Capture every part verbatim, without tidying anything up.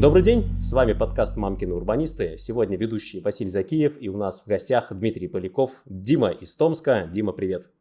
Добрый день, с вами подкаст «Мамкины урбанисты». Сегодня ведущий Василий Закиев, и у нас в гостях Дмитрий Поляков, Дима из Томска. Дима, привет.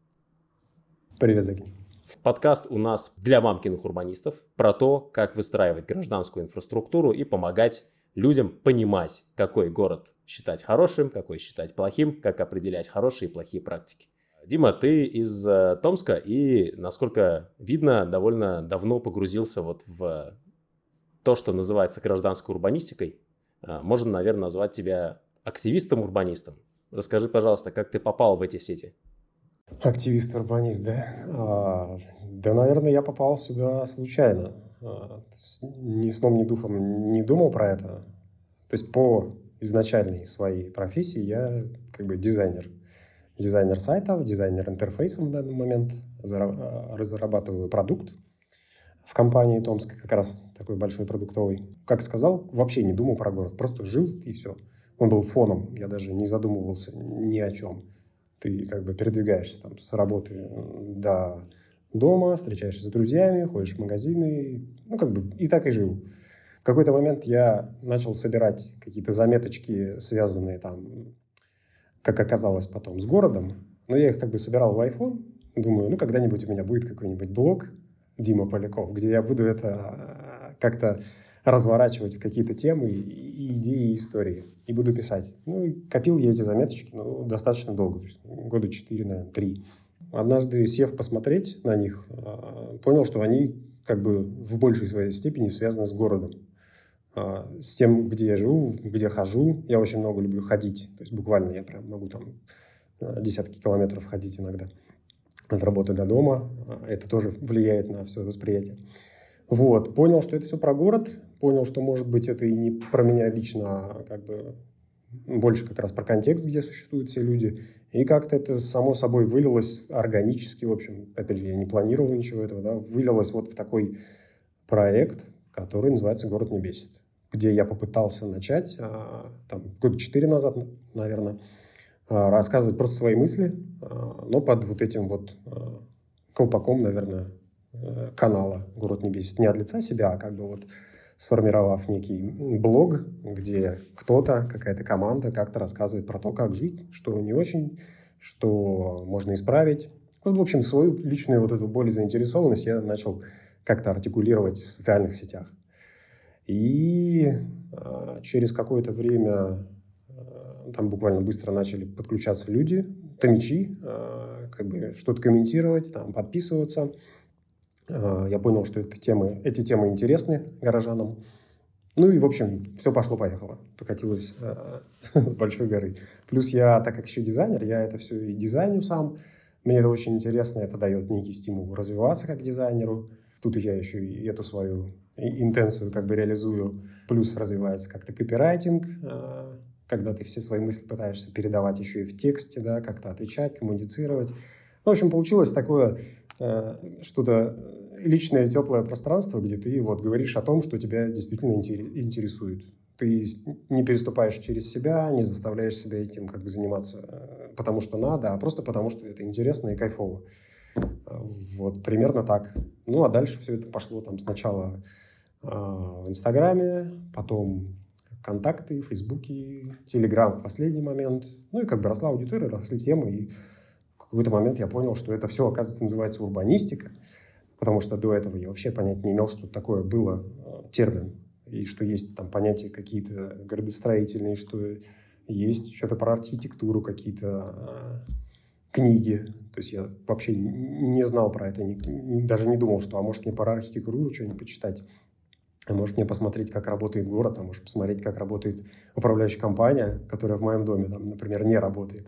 Привет, Заки. Подкаст у нас для мамкиных урбанистов про то, как выстраивать гражданскую инфраструктуру и помогать людям понимать, какой город считать хорошим, какой считать плохим, как определять хорошие и плохие практики. Дима, ты из э, Томска и, насколько видно, довольно давно погрузился вот в то, что называется гражданской урбанистикой. Можно, наверное, назвать тебя активистом-урбанистом. Расскажи, пожалуйста, как ты попал в эти сети? Активист-урбанист, да? А, да, наверное, я попал сюда случайно. А, ни сном, ни духом не думал про это. То есть по изначальной своей профессии я как бы дизайнер. Дизайнер сайтов, дизайнер интерфейсов в данный момент. Разрабатываю продукт в компании Томска, как раз такой большой продуктовый. Как сказал, вообще не думал про город. Просто жил и все. Он был фоном. Я даже не задумывался ни о чем. Ты как бы передвигаешься там с работы до дома, встречаешься с друзьями, ходишь в магазины. Ну, как бы и так и жил. В какой-то момент я начал собирать какие-то заметочки, связанные там, как оказалось потом, с городом. Но я их как бы собирал в iPhone. Думаю, ну, когда-нибудь у меня будет какой-нибудь блог Дима Поляков, где я буду это как-то разворачивать в какие-то темы, и идеи, и истории. И буду писать. Ну, и копил я эти заметочки ну, достаточно долго. То есть года четыре, наверное, три. Однажды, сев посмотреть на них, понял, что они как бы в большей своей степени связаны с городом. С тем, где я живу, где хожу. Я очень много люблю ходить. То есть буквально я прям могу там десятки километров ходить иногда. От работы до дома. Это тоже влияет на все восприятие. Вот. Понял, что это все про город. Понял, что, может быть, это и не про меня лично, а как бы больше как раз про контекст, где существуют все люди. И как-то это само собой вылилось органически. В общем, опять же, я не планировал ничего этого. Да, вылилось вот в такой проект, который называется «Город не бесит», где я попытался начать, там, года четыре назад, наверное, рассказывать просто свои мысли, но под вот этим вот колпаком, наверное, канала «Город не бесит». Не от лица себя, а как бы вот сформировав некий блог, где кто-то, какая-то команда как-то рассказывает про то, как жить, что не очень, что можно исправить. Вот, в общем, свою личную вот эту боль и заинтересованность я начал как-то артикулировать в социальных сетях. И а, через какое-то время там буквально быстро начали подключаться люди, томичи, как бы что-то комментировать, там, подписываться. Я понял, что эти темы, эти темы интересны горожанам. Ну и, в общем, все пошло-поехало. Покатилось с большой горы. Плюс я, так как еще дизайнер, я это все и дизайню сам. Мне это очень интересно, это дает некий стимул развиваться как дизайнеру. Тут я еще и эту свою интенцию как бы реализую. Плюс развивается как-то копирайтинг, когда ты все свои мысли пытаешься передавать еще и в тексте, да, как-то отвечать, коммуницировать. В общем, получилось такое э, что-то личное, теплое пространство, где ты вот говоришь о том, что тебя действительно интересует. Ты не переступаешь через себя, не заставляешь себя этим как бы заниматься потому что надо, а просто потому что это интересно и кайфово. Вот примерно так. Ну, а дальше все это пошло там сначала э, в Инстаграме, потом Контакты, Фейсбуки, Телеграм в последний момент. Ну и как бы росла аудитория, росли темы. И в какой-то момент я понял, что это все, оказывается, называется урбанистика. Потому что до этого я вообще понять не имел, что такое было термин. И что есть там понятия какие-то градостроительные, что есть что-то про архитектуру, какие-то книги. То есть я вообще не знал про это, не, даже не думал, что а может мне пора архитектуру что-нибудь почитать. А может мне посмотреть, как работает город, а может посмотреть, как работает управляющая компания, которая в моем доме, там, например, не работает.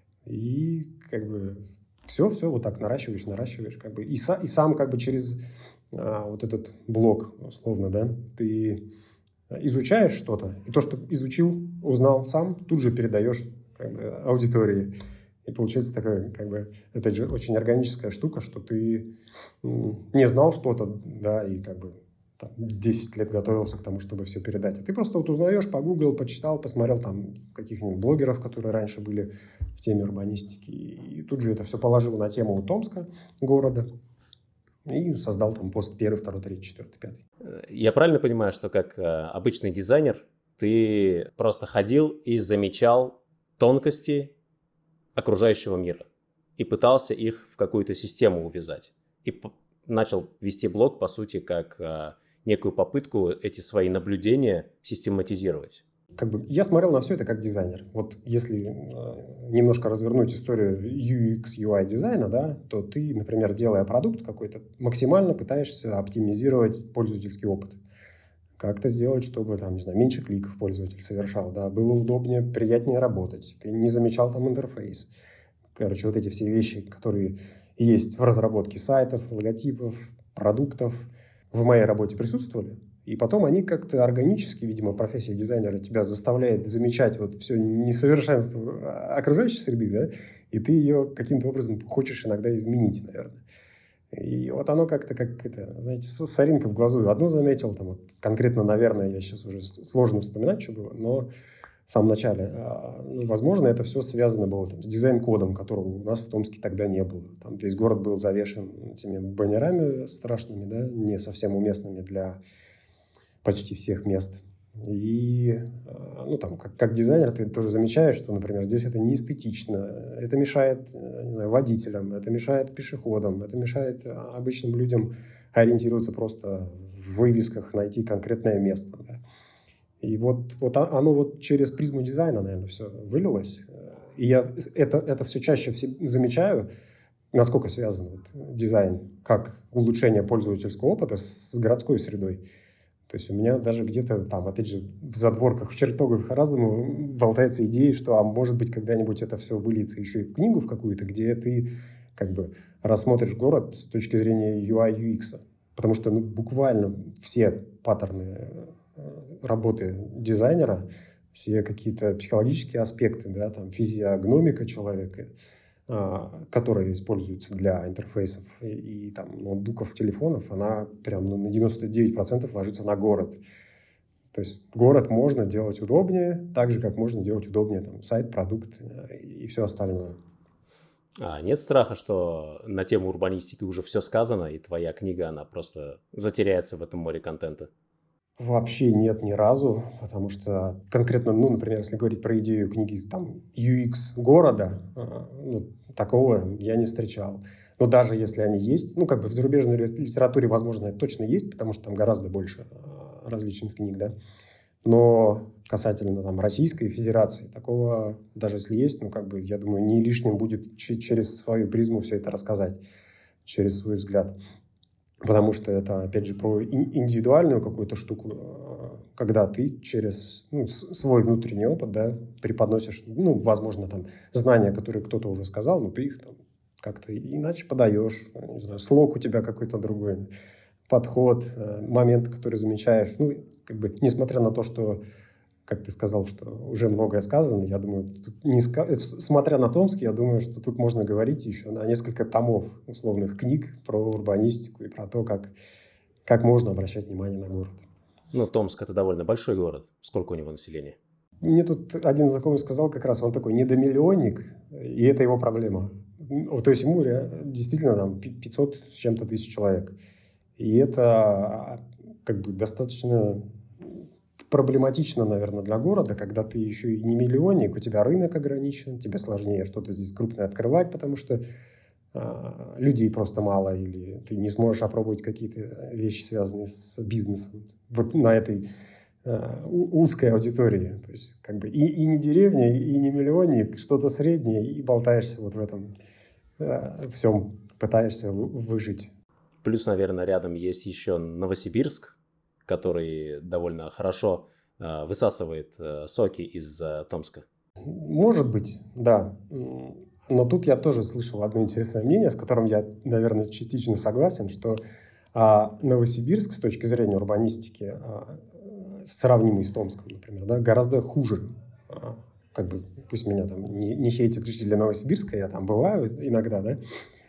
И как бы все-все вот так наращиваешь, наращиваешь. Как бы, и, са, и сам как бы через а, вот этот блок, условно, да, ты изучаешь что-то, и то, что изучил, узнал сам, тут же передаешь как бы, аудитории. И получается такая, как бы, опять же, очень органическая штука, что ты не знал что-то, да, и как бы там, десять лет готовился к тому, чтобы все передать. А ты просто вот узнаешь, погуглил, почитал, посмотрел там каких-нибудь блогеров, которые раньше были в теме урбанистики. И тут же это все положил на тему Томска, города. И создал там пост первый, второй, третий, четвертый, пятый. Я правильно понимаю, что как обычный дизайнер ты просто ходил и замечал тонкости окружающего мира и пытался их в какую-то систему увязать. И начал вести блог, по сути, как некую попытку эти свои наблюдения систематизировать. Как бы я смотрел на все это как дизайнер. Вот если э, немножко развернуть историю ю экс, ю ай дизайна, да, то ты, например, делая продукт какой-то, максимально пытаешься оптимизировать пользовательский опыт. Как-то сделать, чтобы там, не знаю, меньше кликов пользователь совершал, да, было удобнее, приятнее работать, ты не замечал там интерфейс. Короче, вот эти все вещи, которые есть в разработке сайтов, логотипов, продуктов, в моей работе присутствовали. И потом они как-то органически, видимо, профессия дизайнера тебя заставляет замечать вот все несовершенство окружающей среды, да, и ты ее каким-то образом хочешь иногда изменить, наверное. И вот оно как-то, как это, знаете, соринка в глазу. Одно заметил, там, вот, конкретно, наверное, я сейчас уже сложно вспоминать, что было, но в самом начале, ну, возможно, это все связано было там, с дизайн-кодом, которого у нас в Томске тогда не было. Там весь город был завешен этими баннерами страшными, да, не совсем уместными для почти всех мест. И, ну, там, как, как дизайнер ты тоже замечаешь, что, например, здесь это не эстетично, это мешает, не знаю, водителям, это мешает пешеходам, это мешает обычным людям ориентироваться просто в вывесках, найти конкретное место. Да. И вот, вот оно вот через призму дизайна, наверное, все вылилось. И я это, это все чаще замечаю, насколько связан вот дизайн, как улучшение пользовательского опыта с городской средой. То есть у меня даже где-то там, опять же, в задворках, в чертогах разума болтается идея, что, а может быть, когда-нибудь это все выльется еще и в книгу в какую-то, где ты как бы рассмотришь город с точки зрения ю ай ю экс. Потому что ну, буквально все паттерны работы дизайнера, все какие-то психологические аспекты, да, там физиогномика человека, которая используется для интерфейсов и, и там, ноутбуков, телефонов, она прям ну, на девяносто девять процентов ложится на город. То есть город можно делать удобнее, так же, как можно делать удобнее там, сайт, продукт и все остальное. А нет страха, что на тему урбанистики уже все сказано, и твоя книга, она просто затеряется в этом море контента? Вообще нет ни разу, потому что конкретно, ну, например, если говорить про идею книги там, ю экс города, ну, такого я не встречал. Но даже если они есть, ну, как бы в зарубежной литературе, возможно, это точно есть, потому что там гораздо больше различных книг, да. Но касательно там Российской Федерации, такого, даже если есть, ну, как бы, я думаю, не лишним будет ч- через свою призму все это рассказать, через свой взгляд. Потому что это, опять же, про индивидуальную какую-то штуку, когда ты через ну, свой внутренний опыт, да, преподносишь, ну, возможно, там, знания, которые кто-то уже сказал, но ты их там как-то иначе подаешь, не знаю, слог у тебя какой-то другой, подход, момент, который замечаешь. Ну, как бы, несмотря на то, что, как ты сказал, что уже многое сказано, я думаю, тут не ска... смотря на Томск, я думаю, что тут можно говорить еще на несколько томов условных книг про урбанистику и про то, как, как можно обращать внимание на город. Ну, Томск – это довольно большой город. Сколько у него населения? Мне тут один знакомый сказал, как раз он такой недомиллионник, и это его проблема. То есть ему действительно там пятьсот с чем-то тысяч человек. И это как бы достаточно проблематично, наверное, для города, когда ты еще и не миллионник, у тебя рынок ограничен, тебе сложнее что-то здесь крупное открывать, потому что а, людей просто мало, или ты не сможешь опробовать какие-то вещи, связанные с бизнесом. Вот на этой а, узкой аудитории. То есть как бы и, и не деревня, и не миллионник, что-то среднее, и болтаешься вот в этом а, всем, пытаешься выжить. Плюс, наверное, рядом есть еще Новосибирск, который довольно хорошо э, высасывает э, соки из э, Томска. Может быть, да. Но тут я тоже слышал одно интересное мнение, с которым я, наверное, частично согласен, что а, Новосибирск с точки зрения урбанистики, а, сравнимый с Томском, например, да, гораздо хуже. А, как бы, пусть меня там не, не хейтят жители Новосибирска, я там бываю иногда, да,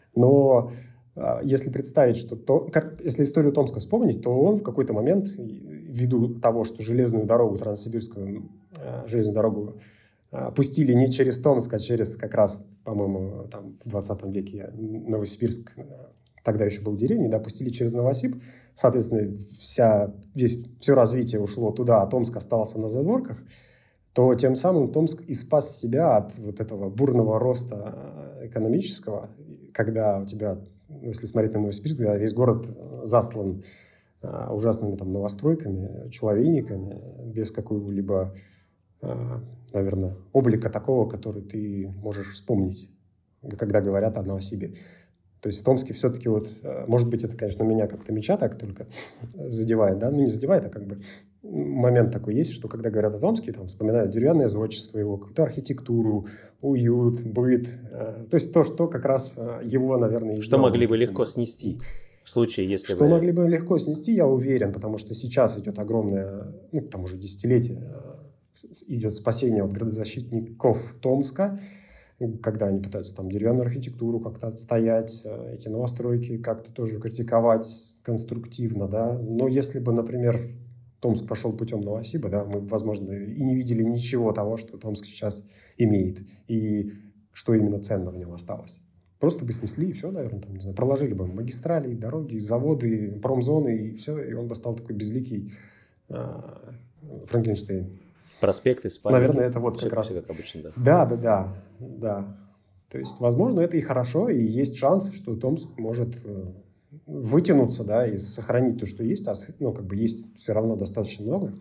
но если представить, что то, как, если историю Томска вспомнить, то он в какой-то момент, ввиду того, что железную дорогу, транссибирскую э, железную дорогу э, пустили не через Томск, а через как раз, по-моему, там, в двадцатом веке Новосибирск, э, тогда еще был деревней, да, пустили через Новосиб, соответственно, вся, весь, все развитие ушло туда, а Томск остался на задворках, то тем самым Томск и спас себя от вот этого бурного роста экономического, когда у тебя, если смотреть на Новосибирск, весь город застлан а, ужасными там новостройками, человейниками, без какого-либо, а, наверное, облика такого, который ты можешь вспомнить, когда говорят о Новосибе. То есть в Томске все-таки вот, может быть, это, конечно, меня как-то меча так только задевает, да, ну не задевает, а как бы момент такой есть, что когда говорят о Томске, там вспоминают деревянное зодчество его, какую-то архитектуру, уют, быт, то есть то, что как раз его, наверное, и что могли бы таким. легко снести в случае, если что бы... могли бы легко снести, я уверен, потому что сейчас идет огромное, ну, там уже десятилетие, идет спасение от градозащитников Томска, когда они пытаются там деревянную архитектуру как-то отстоять, эти новостройки как-то тоже критиковать конструктивно, да. Но если бы, например, Томск пошел путем Новосиба, да, мы, возможно, и не видели ничего того, что Томск сейчас имеет, и что именно ценно в нем осталось. Просто бы снесли, и все, наверное, там, не знаю, проложили бы магистрали, дороги, заводы, промзоны, и все, и он бы стал такой безликий э, Франкенштейн. Проспекты, спальники. Наверное, это вот все, как раз... все как обычно, да. Да, да, да, да. То есть, возможно, это и хорошо, и есть шанс, что Томск может вытянуться, да, и сохранить то, что есть, а ну, как бы есть все равно достаточно много,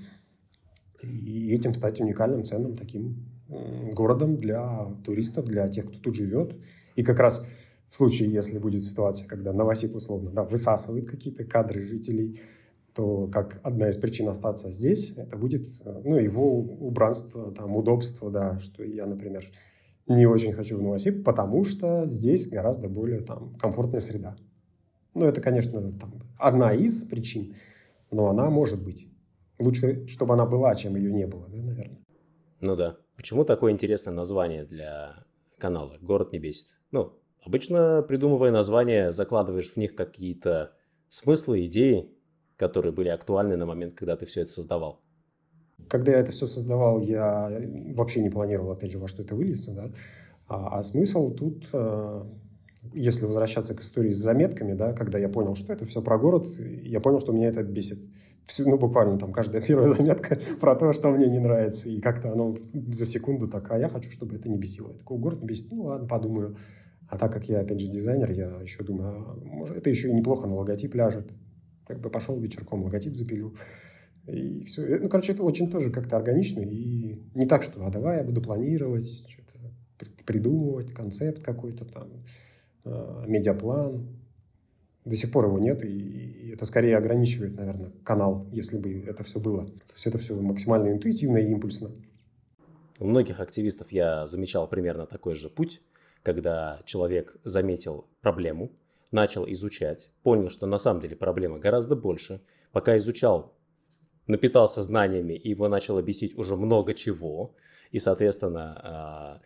и этим стать уникальным, ценным таким городом для туристов, для тех, кто тут живет. И как раз в случае, если будет ситуация, когда Новосиб, условно, да, высасывает какие-то кадры жителей, то как одна из причин остаться здесь, это будет, ну, его убранство, там, удобство, да, что я, например, не очень хочу в Новосиб, потому что здесь гораздо более там комфортная среда. Ну, это, конечно, там, одна из причин, но она может быть. Лучше, чтобы она была, чем ее не было, да, наверное. Ну да. Почему такое интересное название для канала «Город не бесит»? Ну, обычно, придумывая названия, закладываешь в них какие-то смыслы, идеи, которые были актуальны на момент, когда ты все это создавал. Когда я это все создавал, я вообще не планировал, опять же, во что это выльется, да. А, а смысл тут, если возвращаться к истории с заметками, да, когда я понял, что это все про город, я понял, что меня это бесит. Все, ну, буквально там каждая первая заметка про то, что мне не нравится. И как-то оно за секунду так, а я хочу, чтобы это не бесило. Я такой, город не бесит, ну ладно, подумаю. А так как я, опять же, дизайнер, я еще думаю, а, может, это еще и неплохо на логотип ляжет. Как бы пошел вечерком, логотип запилил. И все. Ну, короче, это очень тоже как-то органично. И не так, что а давай я буду планировать, что-то придумывать, концепт какой-то там, э, медиаплан. До сих пор его нет, и это скорее ограничивает, наверное, канал, если бы это все было. То есть это все максимально интуитивно и импульсно. У многих активистов я замечал примерно такой же путь, когда человек заметил проблему, начал изучать, понял, что на самом деле проблема гораздо больше. Пока изучал, напитался знаниями, и его начало бесить уже много чего. И, соответственно,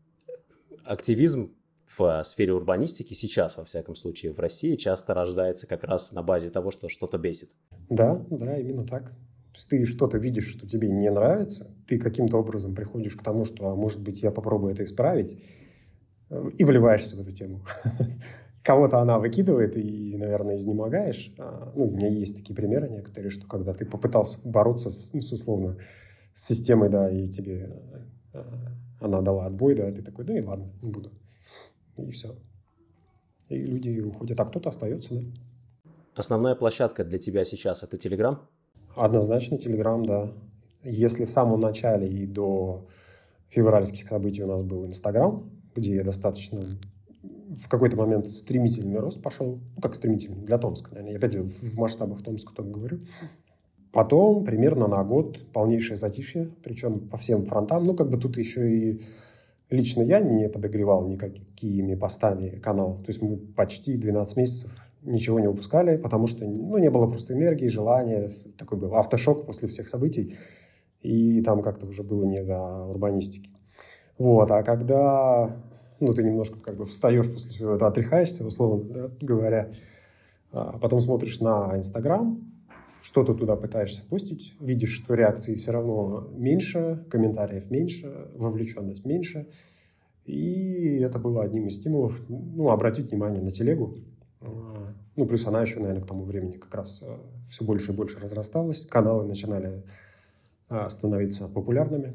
активизм в сфере урбанистики сейчас, во всяком случае, в России часто рождается как раз на базе того, что что-то бесит. Да, да, именно так. То есть ты что-то видишь, что тебе не нравится, ты каким-то образом приходишь к тому, что, а может быть, я попробую это исправить, и вливаешься в эту тему. Кого-то она выкидывает, и, наверное, изнемогаешь. Ну, у меня есть такие примеры некоторые, что когда ты попытался бороться с, ну, с условно, с системой, да, и тебе она дала отбой, да, ты такой, ну и ладно, не буду. И все. И люди уходят, а кто-то остается, да. Основная площадка для тебя сейчас – это Telegram? Однозначно Telegram, да. Если в самом начале и до февральских событий у нас был Instagram, где достаточно в какой-то момент стремительный рост пошел, ну как стремительный, для Томска, наверное, опять же в масштабах Томска только говорю. Потом примерно на год полнейшее затишье, причем по всем фронтам. Ну как бы тут еще и лично я не подогревал никакими постами канал. То есть мы почти двенадцать месяцев ничего не выпускали, потому что ну, не было просто энергии, желания. Такой был автошок после всех событий. И там как-то уже было не до урбанистики. Вот. А когда ну, ты немножко как бы встаешь после всего этого, отряхаешься, условно да, говоря, а потом смотришь на Инстаграм, что-то туда пытаешься постить, видишь, что реакции все равно меньше, комментариев меньше, вовлеченность меньше. И это было одним из стимулов ну, обратить внимание на телегу. Ну, плюс она еще, наверное, к тому времени как раз все больше и больше разрасталась. Каналы начинали становиться популярными.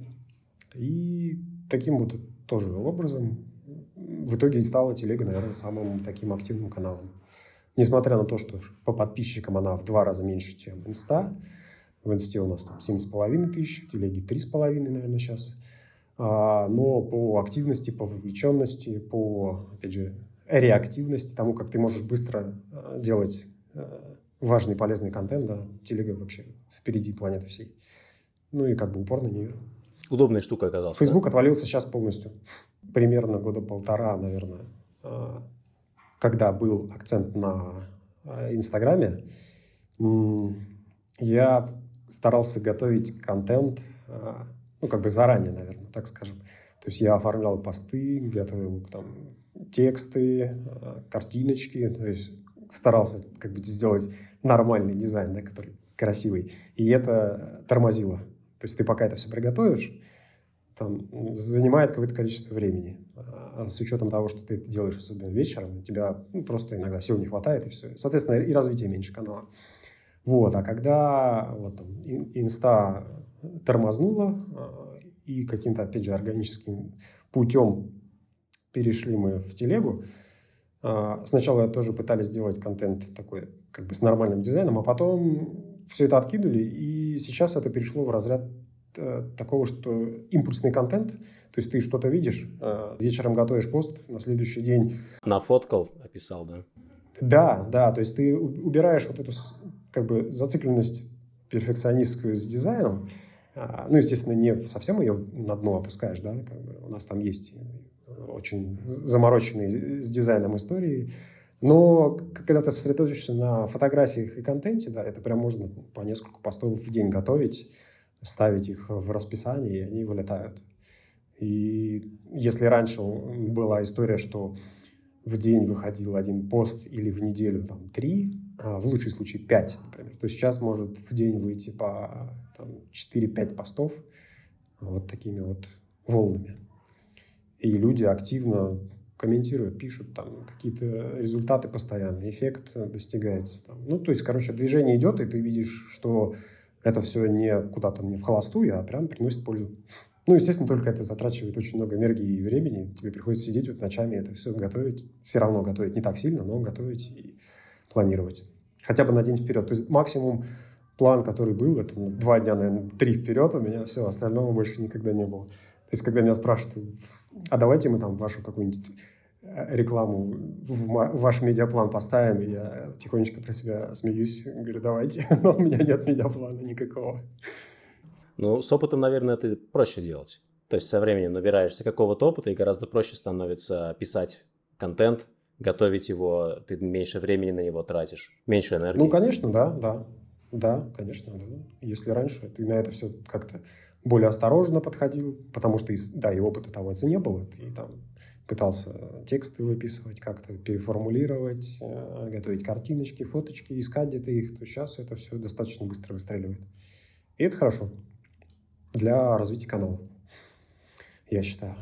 И таким вот тоже образом в итоге стала телега, наверное, самым таким активным каналом. Несмотря на то, что по подписчикам она в два раза меньше, чем Инста. В Инсте у нас там семь с половиной тысяч, в телеге три с половиной, наверное, сейчас. А, но по активности, по вовлеченности, по, опять же, реактивности, тому, как ты можешь быстро а, делать а, важный, полезный контент, да, телега вообще впереди планеты всей. Ну и как бы упор на нее. Удобная штука оказалась. Facebook да? отвалился сейчас полностью. Примерно года полтора, наверное, а, когда был акцент на а, Инстаграме, м- я старался готовить контент, а, ну, как бы заранее, наверное, так скажем. То есть я оформлял посты, готовил там тексты, а, картиночки, то есть старался как бы сделать нормальный дизайн, да, который красивый. И это тормозило. То есть ты пока это все приготовишь, там, занимает какое-то количество времени. А с учетом того, что ты это делаешь особенно вечером, у тебя ну, просто иногда сил не хватает, и все. Соответственно, и развития меньше канала. Вот. А когда вот, там, Инста тормознула, и каким-то, опять же, органическим путем перешли мы в телегу, сначала тоже пытались сделать контент такой, как бы с нормальным дизайном, а потом все это откинули, и сейчас это перешло в разряд такого, что импульсный контент, то есть ты что-то видишь, вечером готовишь пост, на следующий день... Нафоткал, описал, да? Да, да, то есть ты убираешь вот эту как бы зацикленность перфекционистскую с дизайном, ну, естественно, не совсем ее на дно опускаешь, да, как бы у нас там есть очень замороченные с дизайном истории, но когда ты сосредоточишься на фотографиях и контенте, да, это прям можно по несколько постов в день готовить, ставить их в расписание, и они вылетают. И если раньше была история, что в день выходил один пост или в неделю там три, а в лучшем случае пять, например, то сейчас может в день выйти по там, четыре-пять постов вот такими вот волнами. И люди активно комментируют, пишут там какие-то результаты постоянно, эффект достигается. Там. Ну, то есть, короче, движение идет, и ты видишь, что это все не куда-то не в холостую, а прям приносит пользу. Ну, естественно, только это затрачивает очень много энергии и времени. Тебе приходится сидеть вот ночами это все готовить. Все равно готовить не так сильно, но готовить и планировать. Хотя бы на день вперед. То есть максимум план, который был, это два дня, наверное, три вперед у меня, все, остального больше никогда не было. То есть, когда меня спрашивают, а давайте мы там вашу какую-нибудь рекламу в ваш медиаплан поставим, и я тихонечко про себя смеюсь, говорю, давайте, но у меня нет медиаплана никакого. Ну, с опытом, наверное, это проще делать. То есть со временем набираешься какого-то опыта, и гораздо проще становится писать контент, готовить его, ты меньше времени на него тратишь, меньше энергии. Ну, конечно, да, да. Да, конечно, да. Если раньше ты на это все как-то более осторожно подходил, потому что, да, и опыта того не было, ты там пытался тексты выписывать, как-то переформулировать, готовить картиночки, фоточки, искать где-то их, то сейчас это все достаточно быстро выстреливает. И это хорошо для развития канала, я считаю.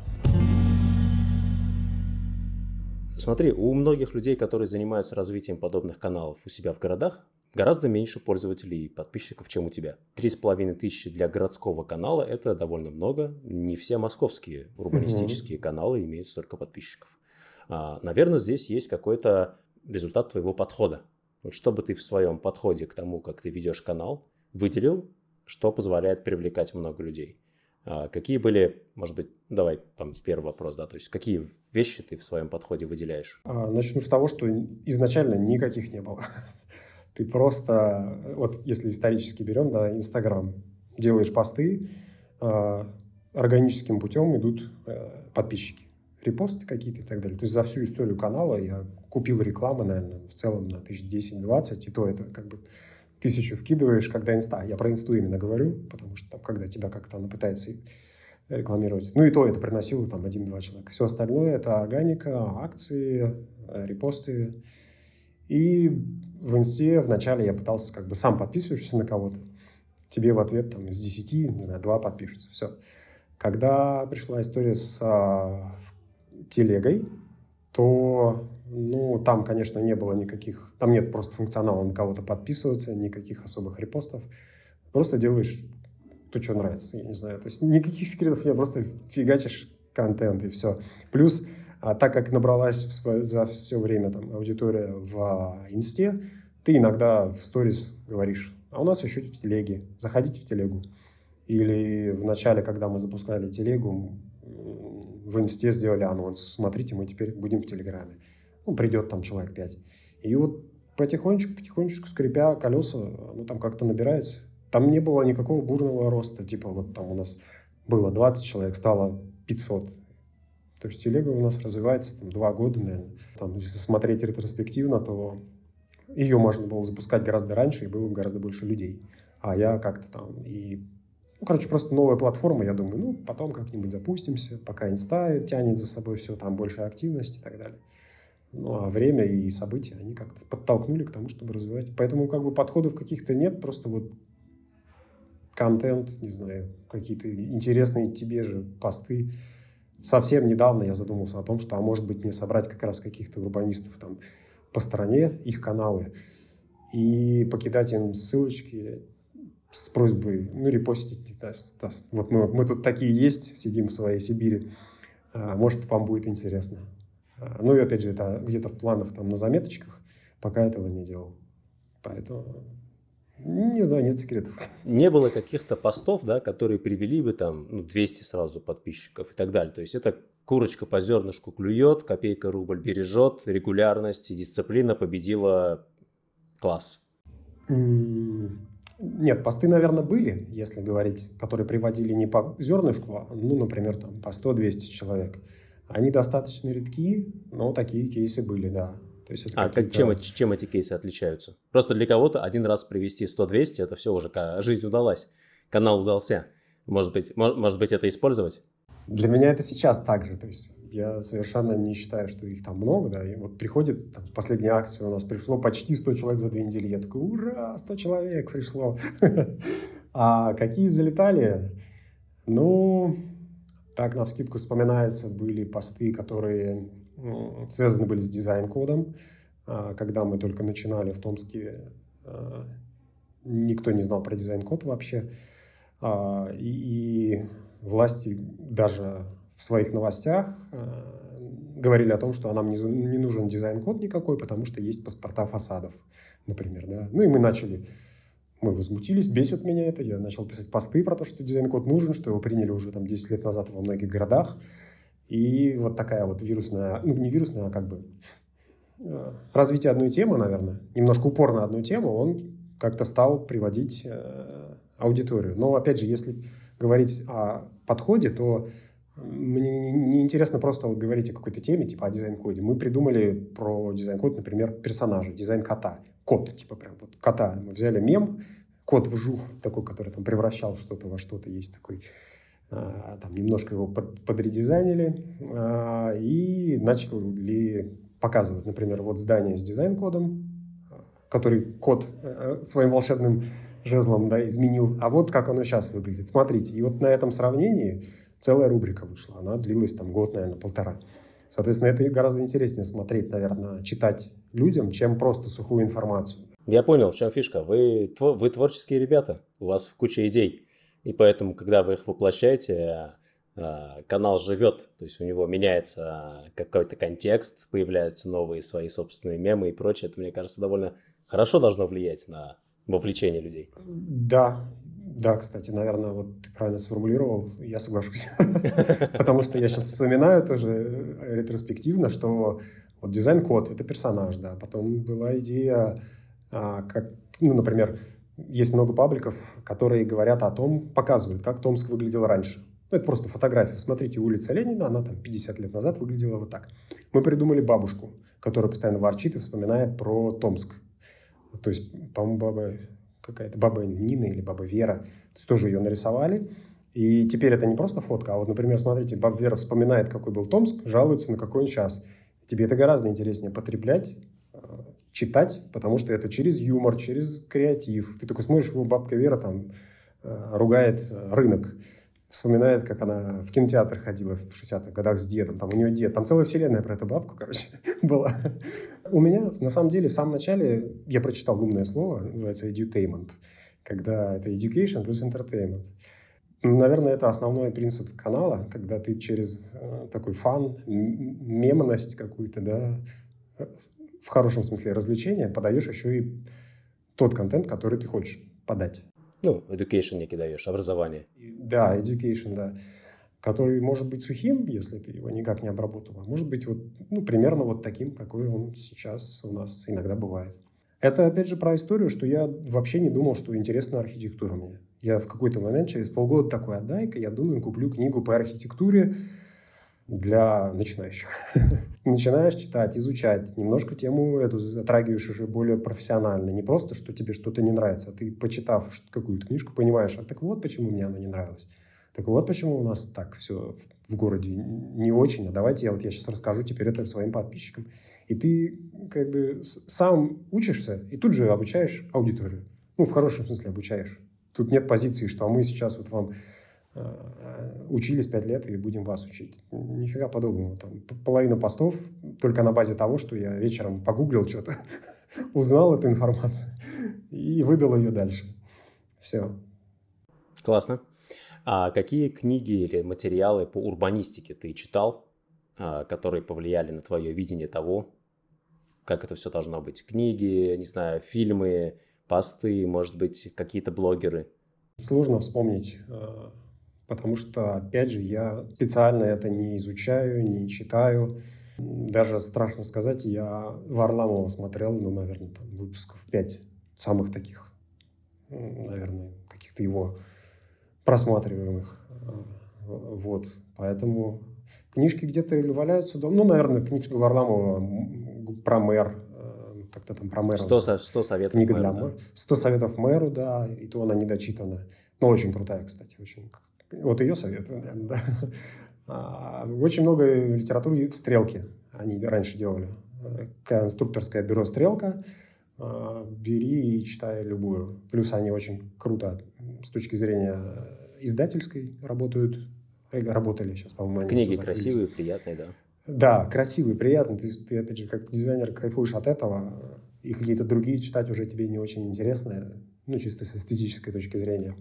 Смотри, у многих людей, которые занимаются развитием подобных каналов у себя в городах, гораздо меньше пользователей и подписчиков, чем у тебя. Три с половиной тысячи для городского канала – это довольно много. Не все московские урбанистические mm-hmm. каналы имеют столько подписчиков. А, наверное, здесь есть какой-то результат твоего подхода. Вот что бы ты в своем подходе к тому, как ты ведешь канал, выделил, что позволяет привлекать много людей? А, какие были, может быть, давай там первый вопрос, да, то есть какие вещи ты в своем подходе выделяешь? А, начну с того, что изначально никаких не было. Ты просто, вот если исторически берем, да, Инстаграм, делаешь посты, э, органическим путем идут э, подписчики, репосты какие-то и так далее. То есть за всю историю канала я купил рекламы, наверное, в целом на тысяч десять-двадцать, и то это как бы тысячу вкидываешь, когда Инста. Я про Инсту именно говорю, потому что там, когда тебя как-то она пытается рекламировать. Ну и то это приносило там один-два человека. Все остальное это органика, акции, репосты. И в Инсте вначале я пытался как бы сам подписываешься на кого-то. Тебе в ответ там из десяти, не знаю, два подпишутся. Все. Когда пришла история с а, телегой, то, ну, там, конечно, не было никаких... Там нет просто функционала на кого-то подписываться, никаких особых репостов. Просто делаешь то, что нравится, я не знаю. То есть никаких секретов нет, просто фигачишь контент и все. Плюс, а, так как набралась в свое, за все время там, аудитория в Инсте, ты иногда в сторис говоришь, а у нас еще в телеге, заходите в телегу. Или в начале, когда мы запускали телегу, в Инсте сделали анонс. Смотрите, мы теперь будем в Телеграме. Ну, придет там человек пять. И вот потихонечку, потихонечку, скрипя колеса, ну, там как-то набирается. Там не было никакого бурного роста. Типа вот там у нас было двадцать человек, стало пятьсот. То есть телега у нас развивается там, два года, наверное. Там, если смотреть ретроспективно, то ее можно было запускать гораздо раньше, и было гораздо больше людей. А я как-то там и... Ну, короче, просто новая платформа, я думаю, ну, потом как-нибудь запустимся, пока Инста тянет за собой все, там больше активности и так далее. Ну, а время и события, они как-то подтолкнули к тому, чтобы развивать. Поэтому как бы подходов каких-то нет, просто вот контент, не знаю, какие-то интересные тебе же посты. Совсем недавно я задумался о том, что, а может быть, мне собрать как раз каких-то урбанистов там по стране, их каналы, и покидать им ссылочки с просьбой, ну, репостить. Да, вот мы, мы тут такие есть, сидим в своей Сибири. А, может, вам будет интересно. А, ну, и опять же, это где-то в планах, там, на заметочках. Пока этого не делал. Поэтому, не знаю, нет секретов. Не было каких-то постов, да, которые привели бы там ну, двести сразу подписчиков и так далее. То есть это курочка по зернышку клюет, копейка рубль бережет, регулярность и дисциплина победила класс. Нет, посты, наверное, были, если говорить, которые приводили не по зернышку, а, ну, например, там, по сто-двести человек. Они достаточно редки, но такие кейсы были, да. То есть это а как, чем, чем эти кейсы отличаются? Просто для кого-то один раз привести сто-двести, это все уже, жизнь удалась, канал удался. Может быть, может, может быть, это использовать? Для меня это сейчас так же. То есть я совершенно не считаю, что их там много. Да. И вот приходит, там, последняя акция у нас пришло почти сто человек за две недели. Я такой, ура, сто человек пришло. А какие залетали? Ну, так навскидку вспоминается, были посты, которые связаны были с дизайн-кодом. Когда мы только начинали в Томске, никто не знал про дизайн-код вообще. И власти даже в своих новостях говорили о том, что нам не нужен дизайн-код никакой, потому что есть паспорта фасадов, например. Да? Ну и мы начали, мы возмутились, бесит меня это. Я начал писать посты про то, что дизайн-код нужен, что его приняли уже там десять лет назад во многих городах. И вот такая вот вирусная, ну не вирусная, а как бы развитие одной темы, наверное, немножко упор на одну тему, он как-то стал приводить аудиторию. Но опять же, если говорить о подходе, то мне не интересно просто вот говорить о какой-то теме, типа о дизайн-коде. Мы придумали про дизайн-код, например, персонажа, дизайн кота. Кот, типа прям вот кота. Мы взяли мем, кот вжух, такой, который там превращал что-то во что-то. Есть такой, а, там немножко его под, подредизайнили а, и начали показывать, например, вот здание с дизайн-кодом, который кот а, своим волшебным жезлом, да, изменил. А вот как оно сейчас выглядит. Смотрите. И вот на этом сравнении целая рубрика вышла. Она длилась там год, наверное, полтора. Соответственно, это гораздо интереснее смотреть, наверное, читать людям, чем просто сухую информацию. Я понял, в чем фишка. Вы, вы творческие ребята, у вас куча идей. И поэтому, когда вы их воплощаете, канал живет. То есть у него меняется какой-то контекст, появляются новые свои собственные мемы и прочее. Это, мне кажется, довольно хорошо должно влиять на вовлечение людей. Да, да, кстати, наверное, вот ты правильно сформулировал, я соглашусь. Потому что я сейчас вспоминаю тоже ретроспективно, что вот дизайн-код — это персонаж, да. Потом была идея, как, ну, например, есть много пабликов, которые говорят о том, показывают, как Томск выглядел раньше. Ну, это просто фотография. Смотрите, улица Ленина, она там пятьдесят лет назад выглядела вот так. Мы придумали бабушку, которая постоянно ворчит и вспоминает про Томск. То есть, по-моему, баба какая-то, баба Нина или баба Вера, то есть тоже ее нарисовали. И теперь это не просто фотка, а вот, например, смотрите, баба Вера вспоминает, какой был Томск, жалуется, на какой он сейчас. Тебе это гораздо интереснее потреблять, читать, потому что это через юмор, через креатив. Ты такой смотришь, его бабка Вера там ругает рынок. вспоминает, как она в кинотеатр ходила в шестидесятых годах с дедом. Там у нее дед. Там целая вселенная про эту бабку, короче, была. У меня, на самом деле, в самом начале я прочитал умное слово, называется edutainment, когда это education плюс entertainment. Наверное, это основной принцип канала, когда ты через э, такой фан, мемность какую-то, да, в хорошем смысле развлечения, подаешь еще и тот контент, который ты хочешь подать. Ну, education некий даешь, образование. Да, education, да. Который может быть сухим, если ты его никак не обработал, а может быть вот, ну, примерно вот таким, какой он сейчас у нас иногда бывает. Это, опять же, про историю, что я вообще не думал, что интересна архитектура мне. Я в какой-то момент, через полгода такой, а дай-ка, я думаю, куплю книгу по архитектуре для начинающих. Начинаешь читать, изучать, немножко тему эту затрагиваешь уже более профессионально. Не просто, что тебе что-то не нравится, а ты, почитав какую-то книжку, понимаешь, а так вот почему мне оно не нравилось. Так вот почему у нас так все в городе не очень. А давайте я вот я сейчас расскажу теперь это своим подписчикам. И ты как бы сам учишься и тут же обучаешь аудиторию. Ну, в хорошем смысле обучаешь. Тут нет позиции, что а мы сейчас вот вам э, учились пять лет и будем вас учить. Нифига подобного. Там половина постов только на базе того, что я вечером погуглил что-то, узнал эту информацию и выдал ее дальше. Все. Классно. А какие книги или материалы по урбанистике ты читал, которые повлияли на твое видение того, как это все должно быть? Книги, не знаю, фильмы, посты, может быть, какие-то блогеры? Сложно вспомнить, потому что, опять же, я специально это не изучаю, не читаю. Даже страшно сказать, я Варламова смотрел, ну, наверное, там, выпусков пять самых таких, наверное, каких-то его просматриваемых. Вот. Поэтому книжки где-то валяются дома. Ну, наверное, книжка Варламова про мэр. Как-то там про мэра. сто, сто советов Книга мэру, для да. мэра. сто советов мэру, да. И то она недочитана. Но очень крутая, кстати. Очень. Вот ее советую, наверное, да. А, очень много литературы в «Стрелке». Они раньше делали. Конструкторское бюро «Стрелка». Бери и читай любую. Плюс они очень круто с точки зрения издательской работают. Работали сейчас, по-моему, они Книги красивые, приятные, да. Да, красивые, приятные. Ты, ты, опять же, как дизайнер кайфуешь от этого. И какие-то другие читать уже тебе не очень интересны. Ну, чисто с эстетической точки зрения.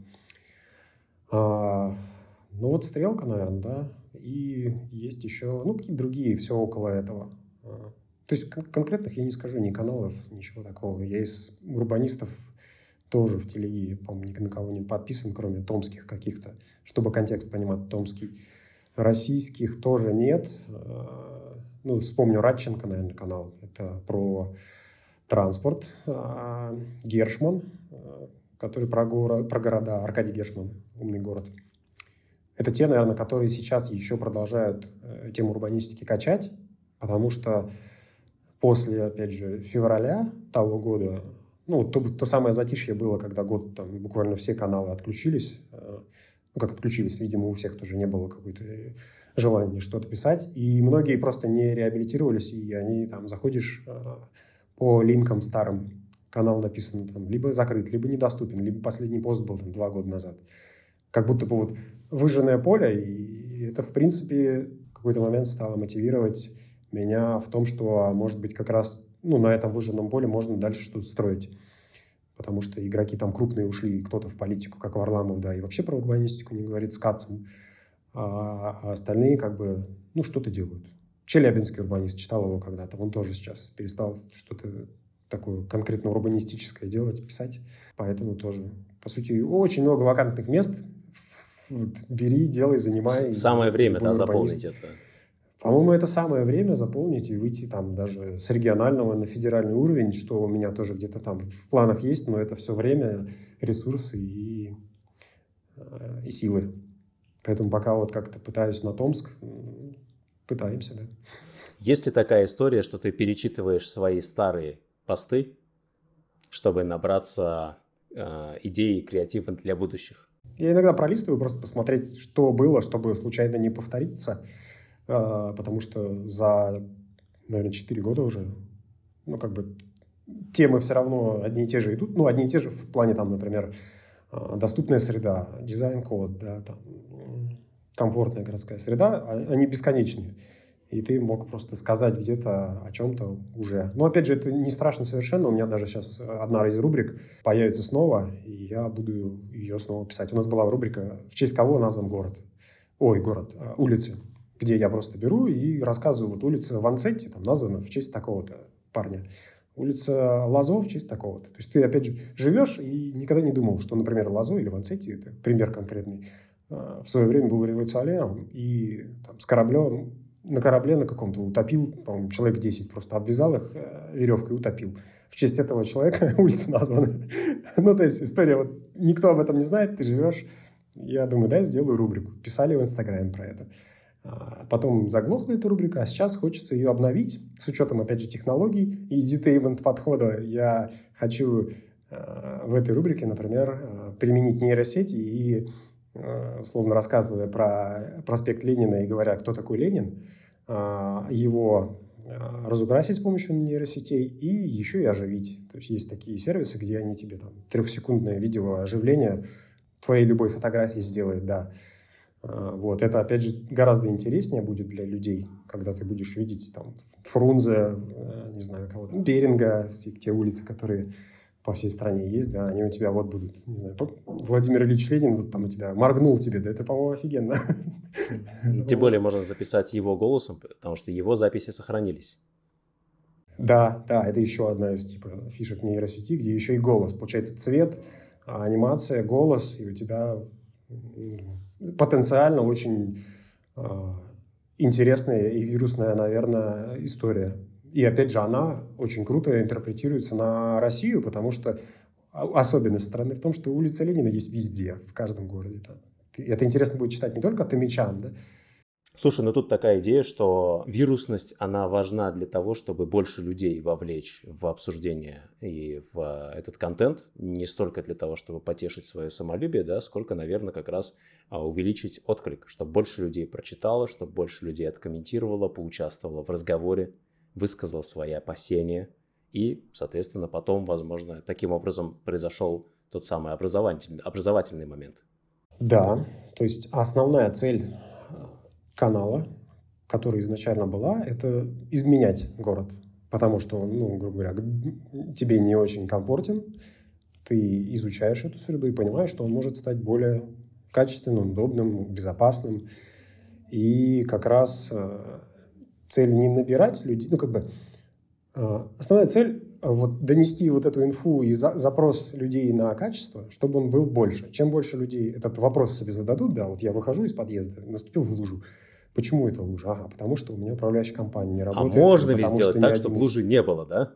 А, ну, вот «Стрелка», наверное, да. И есть еще, ну, какие-то другие, все около этого. То есть конкретных я не скажу, ни каналов, ничего такого. Я из урбанистов тоже в телеге, по-моему, ни на кого не подписан, кроме томских каких-то, чтобы контекст понимать томский. Российских тоже нет. Ну, вспомню Радченко, наверное, канал. Это про транспорт. Гершман, который про, горо- про города. Аркадий Гершман, «Умный город». Это те, наверное, которые сейчас еще продолжают тему урбанистики качать, потому что после, опять же, февраля того года, ну, то, то самое затишье было, когда год там буквально все каналы отключились. Ну, как отключились, видимо, у всех тоже не было какой-то желания что-то писать. И многие просто не реабилитировались, и они там заходишь по линкам старым, канал написан там либо закрыт, либо недоступен, либо последний пост был там два года назад. Как будто бы вот выжженное поле, и это, в принципе, в какой-то момент стало мотивировать меня в том, что, может быть, как раз ну, на этом выжженном поле можно дальше что-то строить. Потому что игроки там крупные ушли, кто-то в политику, как Варламов, да, и вообще про урбанистику не говорит с Кацем. А, а остальные как бы, ну, что-то делают. Челябинский урбанист, читал его когда-то, он тоже сейчас перестал что-то такое конкретно урбанистическое делать, писать. Поэтому тоже, по сути, очень много вакантных мест. Вот, бери, делай, занимай. Самое время, да, заполнить это. По-моему, это самое время заполнить и выйти там даже с регионального на федеральный уровень, что у меня тоже где-то там в планах есть, но это все время, ресурсы и, и силы. Поэтому пока вот как-то пытаюсь на Томск, пытаемся, да. Есть ли такая история, что ты перечитываешь свои старые посты, чтобы набраться э, идей и креатива для будущих? Я иногда пролистываю, просто посмотреть, что было, чтобы случайно не повториться. Потому что за, наверное, четыре года уже, ну, как бы, темы все равно одни и те же идут. Ну, одни и те же в плане, там, например, доступная среда, дизайн-код, да, там, комфортная городская среда, они бесконечны. И ты мог просто сказать где-то о чем-то уже. Но, опять же, это не страшно совершенно. У меня даже сейчас одна из рубрик появится снова, и я буду ее снова писать. У нас была рубрика «В честь кого назван город?» Ой, город, улицы, где я просто беру и рассказываю. Вот улица Ванцетти там названа в честь такого-то парня. Улица Лазо в честь такого-то. То есть ты, опять же, живешь и никогда не думал, что, например, Лазо или Ванцетти, это пример конкретный, в свое время был революционером и там, с кораблем на корабле на каком-то утопил, по-моему, человек десять, просто обвязал их веревкой и утопил. В честь этого человека улица названа. Ну, то есть история, вот никто об этом не знает, ты живешь. Я думаю, да, я сделаю рубрику. Писали в Инстаграме про это. Потом заглохла эта рубрика, а сейчас хочется ее обновить с учетом, опять же, технологий и edutainment подхода. Я хочу в этой рубрике, например, применить нейросети и, словно рассказывая про проспект Ленина и говоря, кто такой Ленин, его разукрасить с помощью нейросетей и еще и оживить. То есть есть такие сервисы, где они тебе там трехсекундное видео оживление твоей любой фотографии сделают, да. Вот. Это, опять же, гораздо интереснее будет для людей, когда ты будешь видеть там Фрунзе, не знаю, кого-то, Беринга, все те улицы, которые по всей стране есть, да, они у тебя вот будут, не знаю, Владимир Ильич Ленин вот там у тебя моргнул тебе, да, это, по-моему, офигенно. Тем более можно записать его голосом, потому что его записи сохранились. Да, да, это еще одна из типа фишек нейросети, где еще и голос. Получается цвет, анимация, голос, и у тебя потенциально очень э, интересная и вирусная, наверное, история. И, опять же, она очень круто интерпретируется на Россию, потому что особенность страны в том, что улица Ленина есть везде, в каждом городе. Это интересно будет читать не только томичам, да? Слушай, ну тут такая идея, что вирусность, она важна для того, чтобы больше людей вовлечь в обсуждение и в этот контент. Не столько для того, чтобы потешить свое самолюбие, да, сколько, наверное, как раз увеличить отклик, чтобы больше людей прочитало, чтобы больше людей откомментировало, поучаствовало в разговоре, высказал свои опасения. И, соответственно, потом, возможно, таким образом произошел тот самый образовательный, образовательный момент. Да, то есть основная цель канала, которая изначально была, это изменять город. Потому что он, ну, грубо говоря, тебе не очень комфортен, ты изучаешь эту среду и понимаешь, что он может стать более качественным, удобным, безопасным. И как раз э, цель не набирать людей, ну, как бы э, основная цель вот, донести вот эту инфу и за, запрос людей на качество, чтобы он был больше. Чем больше людей этот вопрос себе зададут, да, вот я выхожу из подъезда, наступил в лужу. Почему это лужа? Ага, потому что у меня управляющая компания не работает. А можно ли сделать так, чтобы из... лужи не было, да?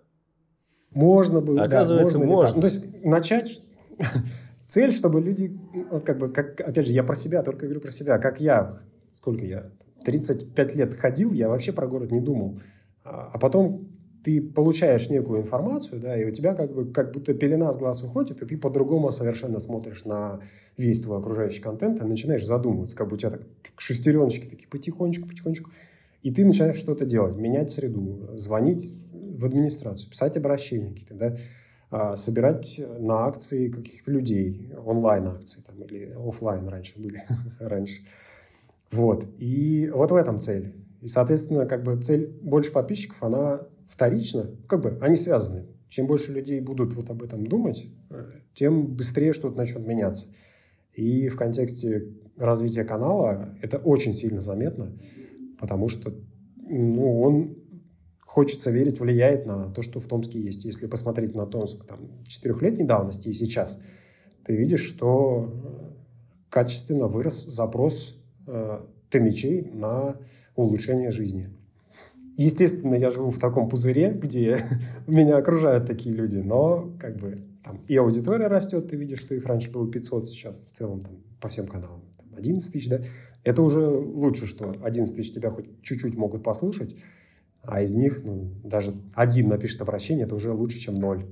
Можно было, оказывается, да, можно. можно. Ну, то есть начать... Цель, чтобы люди... Вот как бы, как, опять же, я про себя, только говорю про себя. Как я, сколько я? тридцать пять лет ходил, я вообще про город не думал. А, а потом ты получаешь некую информацию, да, и у тебя как бы как будто пелена с глаз уходит, и ты по-другому совершенно смотришь на весь твой окружающий контент, и начинаешь задумываться, как бы у тебя так шестереночки такие потихонечку, потихонечку, и ты начинаешь что-то делать, менять среду, звонить в администрацию, писать обращения какие-то, да, а, собирать на акции каких-то людей, онлайн-акции там, или офлайн раньше были, раньше. Вот, и вот в этом цель. И, соответственно, как бы цель больше подписчиков, она вторична, как бы они связаны. Чем больше людей будут вот об этом думать, тем быстрее что-то начнет меняться. И в контексте развития канала это очень сильно заметно, потому что ну, он, хочется верить, влияет на то, что в Томске есть. Если посмотреть на Томск там, четырехлетней давности и сейчас, ты видишь, что качественно вырос запрос э, томичей на улучшение жизни. Естественно, я живу в таком пузыре, где меня окружают такие люди, но как бы там и аудитория растет, ты видишь, что их раньше было пятьсот, сейчас в целом там, по всем каналам там, одиннадцать тысяч, да? Это уже лучше, что одиннадцать тысяч тебя хоть чуть-чуть могут послушать, а из них ну, даже один напишет обращение, это уже лучше, чем ноль.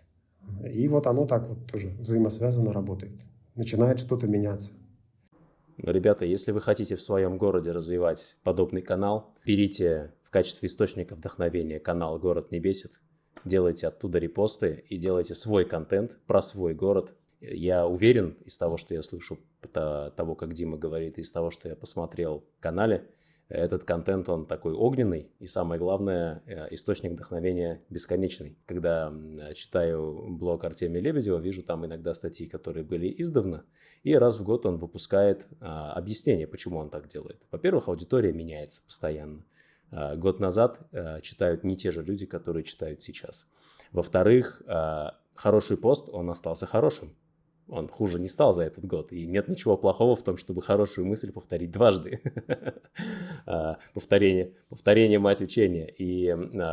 И вот оно так вот тоже взаимосвязанно работает. Начинает что-то меняться. Ребята, если вы хотите в своем городе развивать подобный канал, берите в качестве источника вдохновения канал «Город не бесит», делайте оттуда репосты и делайте свой контент про свой город. Я уверен из того, что я слышу, того, как Дима говорит, из того, что я посмотрел в канале, этот контент, он такой огненный, и самое главное, источник вдохновения бесконечный. Когда читаю блог Артемия Лебедева, вижу там иногда статьи, которые были издавна, и раз в год он выпускает а, объяснение, почему он так делает. Во-первых, аудитория меняется постоянно. А, год назад а, читают не те же люди, которые читают сейчас. Во-вторых, а, хороший пост, он остался хорошим. Он хуже не стал за этот год. И нет ничего плохого в том, чтобы хорошую мысль повторить дважды. Повторение, повторение мать учения. И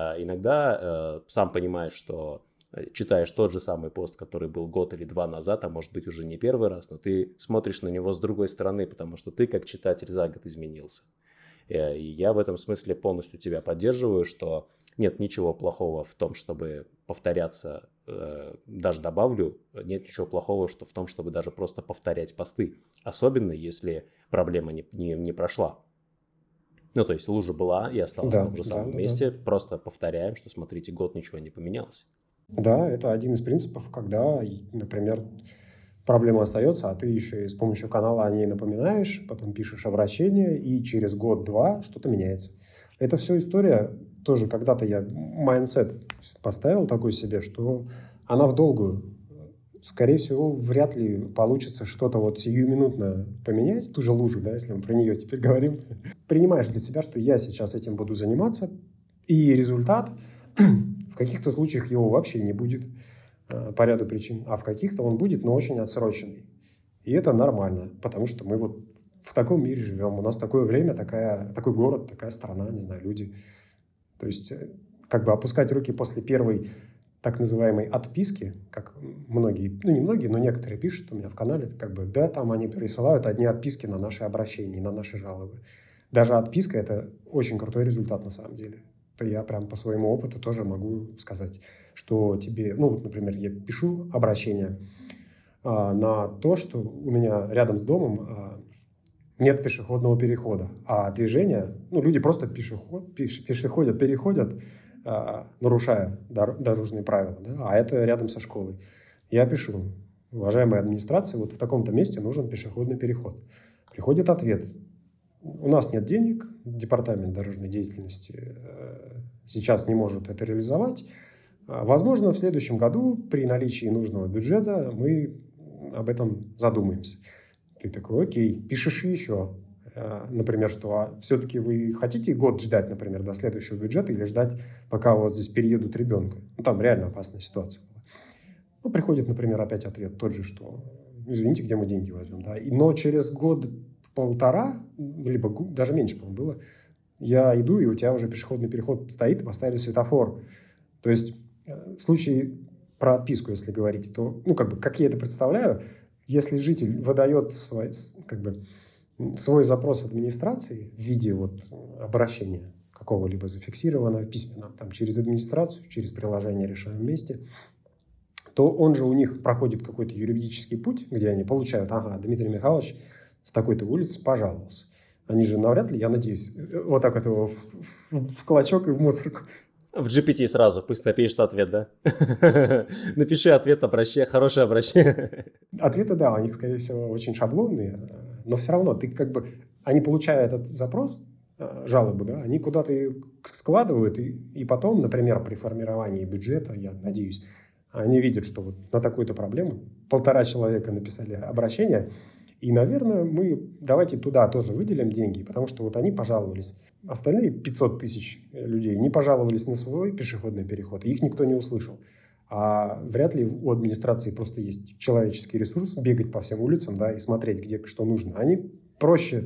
иногда сам понимаешь, что читаешь тот же самый пост, который был год или два назад, а может быть уже не первый раз, но ты смотришь на него с другой стороны, потому что ты как читатель за год изменился. И я в этом смысле полностью тебя поддерживаю, что нет ничего плохого в том, чтобы повторяться, э, даже добавлю, нет ничего плохого что в том, чтобы даже просто повторять посты. Особенно, если проблема не, не, не прошла. Ну, то есть лужа была и осталась да, в том же самом да, месте. Да. Просто повторяем, что, смотрите, год ничего не поменялось. Да, это один из принципов, когда, например, проблема остается, а ты еще и с помощью канала о ней напоминаешь, потом пишешь обращение, и через год-два что-то меняется. Это все история, тоже когда-то я майндсет поставил такой себе, что она в долгую. Скорее всего, вряд ли получится что-то вот сиюминутно поменять, ту же лужу, да, если мы про нее теперь говорим. Принимаешь для себя, что я сейчас этим буду заниматься, и результат, в каких-то случаях его вообще не будет по ряду причин, а в каких-то он будет, но очень отсроченный. И это нормально, потому что мы вот в таком мире живем, у нас такое время, такая, такой город, такая страна, не знаю, люди. То есть как бы опускать руки после первой так называемой отписки, как многие, ну не многие, но некоторые пишут у меня в канале, как бы, да, там они присылают одни отписки на наши обращения, на наши жалобы. Даже отписка – это очень крутой результат на самом деле. Я прям по своему опыту тоже могу сказать, что тебе, ну вот, например, я пишу обращение а, на то, что у меня рядом с домом а, нет пешеходного перехода, а движение, ну люди просто пешеход, пеш, пешеходят, переходят, а, нарушая дор- дорожные правила, да, а это рядом со школой. Я пишу: уважаемая администрация, вот в таком-то месте нужен пешеходный переход. Приходит ответ: у нас нет денег, департамент дорожной деятельности сейчас не может это реализовать. Возможно, в следующем году при наличии нужного бюджета мы об этом задумаемся. Ты такой: окей, пишешь еще. Например, что а все-таки вы хотите год ждать, например, до следующего бюджета или ждать, пока у вас здесь переедут ребенка? Ну, там реально опасная ситуация была. Ну, приходит, например, опять ответ тот же, что извините, где мы деньги возьмем. Да? И, но через год полтора, либо даже меньше, по-моему, было, я иду, и у тебя уже пешеходный переход стоит, и поставили светофор. То есть в случае про отписку, если говорить, то, ну, как бы, как я это представляю, если житель выдает свой, как бы, свой запрос администрации в виде вот обращения какого-либо зафиксированного письменно, там, через администрацию, через приложение «Решаем вместе», то он же у них проходит какой-то юридический путь, где они получают: ага, Дмитрий Михайлович с такой-то улицы пожаловался. Они же навряд ли, я надеюсь, вот так вот его в, в, в клочок и в мусорку. В джи пи ти сразу, пусть напишет ответ, да? Напиши ответ, обращение, хорошее обращение. Ответы, да, у них, скорее всего, очень шаблонные, но все равно ты как бы, они, получая этот запрос, жалобу, да, они куда-то складывают, и, и потом, например, при формировании бюджета, я надеюсь, они видят, что вот на такую-то проблему полтора человека написали обращение, и, наверное, мы давайте туда тоже выделим деньги, потому что вот они пожаловались. Остальные пятьсот тысяч людей не пожаловались на свой пешеходный переход, и их никто не услышал. А вряд ли у администрации просто есть человеческий ресурс бегать по всем улицам, да, и смотреть, где что нужно. Они проще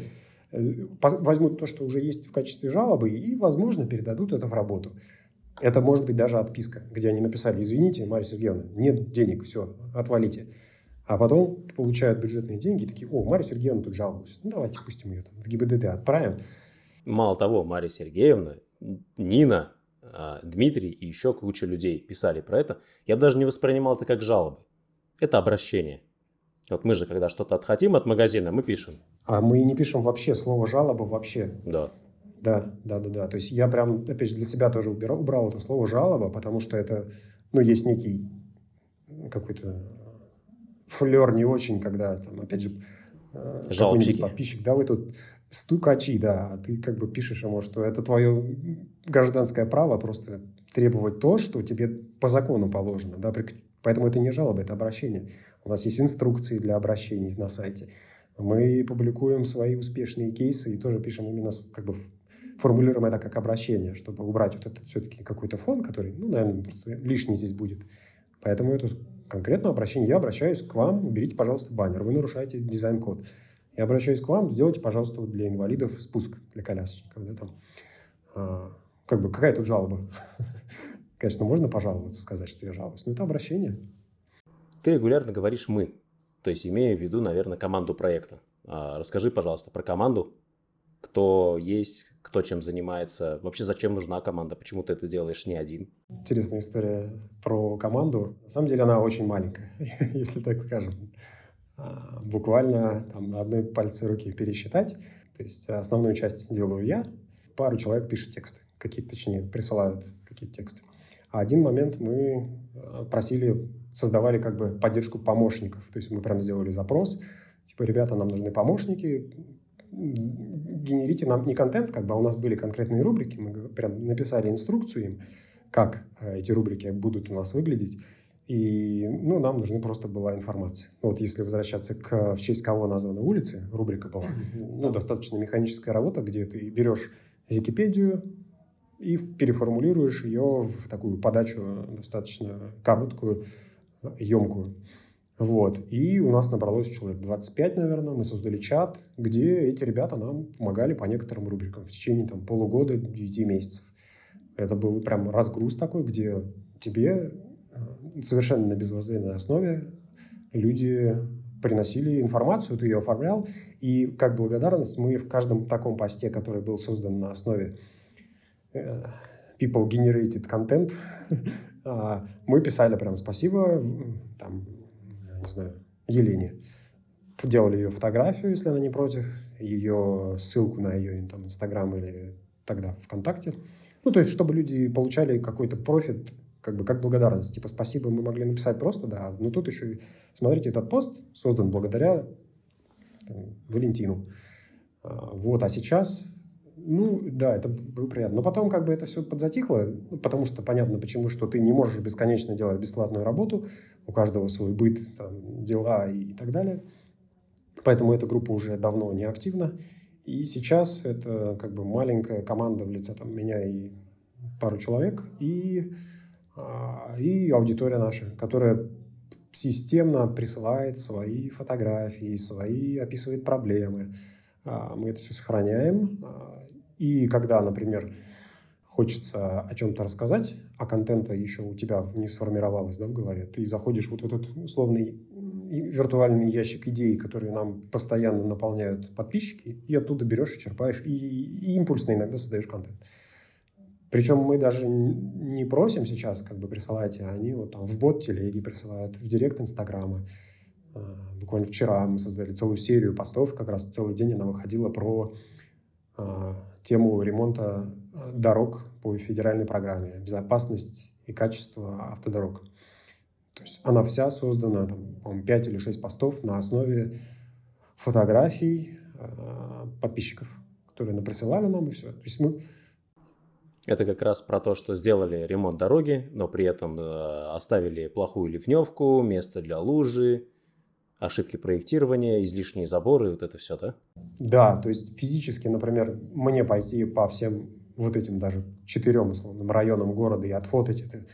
возьмут то, что уже есть в качестве жалобы, и, возможно, передадут это в работу. Это может быть даже отписка, где они написали: извините, Марья Сергеевна, нет денег, все, отвалите. А потом получают бюджетные деньги и такие: о, Марья Сергеевна тут жаловалась. Ну, давайте пустим ее там в гэ бэ дэ тэ, отправим. Мало того, Марья Сергеевна, Нина, Дмитрий и еще куча людей писали про это. Я бы даже не воспринимал это как жалобы. Это обращение. Вот мы же, когда что-то отхотим от магазина, мы пишем. А мы не пишем вообще слово «жалоба» вообще. Да. Да, да, да, да. То есть я прям, опять же, для себя тоже убирал, убрал это слово «жалоба», потому что это, ну, есть некий какой-то флер не очень, когда, там, опять же, какой-нибудь подписчик, да, вы тут стукачи, да, а ты как бы пишешь ему, что это твое гражданское право просто требовать то, что тебе по закону положено, да, поэтому это не жалоба, это обращение. У нас есть инструкции для обращений на сайте. Мы публикуем свои успешные кейсы и тоже пишем именно, как бы, формулируем это как обращение, чтобы убрать вот этот все-таки какой-то фон, который, ну, наверное, просто лишний здесь будет. Поэтому это конкретно обращение. Я обращаюсь к вам, уберите, пожалуйста, баннер. Вы нарушаете дизайн-код. Я обращаюсь к вам, сделайте, пожалуйста, для инвалидов спуск для колясочников. Да, там. А, как бы, какая тут жалоба? Конечно, можно пожаловаться, сказать, что я жалуюсь, но это обращение. Ты регулярно говоришь «мы», то есть имея в виду, наверное, команду проекта. А, расскажи, пожалуйста, про команду. Кто есть, кто чем занимается, вообще зачем нужна команда, почему ты это делаешь не один? Интересная история про команду. На самом деле она очень маленькая, если так скажем. Буквально там, на одной пальце руки пересчитать. То есть основную часть делаю я, пару человек пишет тексты, какие-то, точнее, присылают какие-то тексты. А один момент мы просили, создавали как бы поддержку помощников. То есть мы прям сделали запрос, типа, ребята, нам нужны помощники, генерите нам не контент, как бы, а у нас были конкретные рубрики, мы прям написали инструкцию им, как эти рубрики будут у нас выглядеть, и, ну, нам нужна просто была информация. Вот если возвращаться к «В честь кого названы улицы», рубрика была, ну, достаточно механическая работа, где ты берешь Википедию и переформулируешь ее в такую подачу достаточно короткую, емкую. Вот. И у нас набралось человек двадцать пять, наверное. Мы создали чат, где эти ребята нам помогали по некоторым рубрикам в течение там, полугода, девяти месяцев. Это был прям разгруз такой, где тебе совершенно на безвозмездной основе люди приносили информацию, ты ее оформлял. И как благодарность мы в каждом таком посте, который был создан на основе people-generated content, мы писали прям спасибо там, не знаю, Елене. Делали ее фотографию, если она не против, ее ссылку на ее там, Инстаграм или тогда ВКонтакте. Ну, то есть, чтобы люди получали какой-то профит, как бы как благодарность. Типа, спасибо, мы могли написать просто, да, но тут еще, смотрите, этот пост создан благодаря там, Валентину. Вот, а сейчас, ну, да, это было приятно. Но потом как бы это все подзатихло, потому что понятно почему, что ты не можешь бесконечно делать бесплатную работу, у каждого свой быт, там, дела и так далее. Поэтому эта группа уже давно не активна. И сейчас это как бы маленькая команда в лице там, меня и пару человек, и, и аудитория наша, которая системно присылает свои фотографии, свои, описывает проблемы. Мы это все сохраняем. И когда, например, хочется о чем-то рассказать, а контента еще у тебя не сформировалось, да, в голове, ты заходишь вот в этот условный виртуальный ящик идей, которые нам постоянно наполняют подписчики, и оттуда берешь и черпаешь, и, и импульсно иногда создаешь контент. Причем мы даже не просим сейчас, как бы, присылайте, а они вот там в бот телеги присылают, в директ Инстаграма. Буквально вчера мы создали целую серию постов, как раз целый день она выходила про а, тему ремонта дорог по федеральной программе «Безопасность и качество автодорог». То есть она вся создана, там, по-моему, пять или шесть постов на основе фотографий а, подписчиков, которые наприсылали нам, и все. То есть мы... Это как раз про то, что сделали ремонт дороги, но при этом э, оставили плохую ливневку, место для лужи, ошибки проектирования, излишние заборы, вот это все, да? Да, то есть физически, например, мне пойти по всем вот этим даже четырем условным районам города и отфотать это,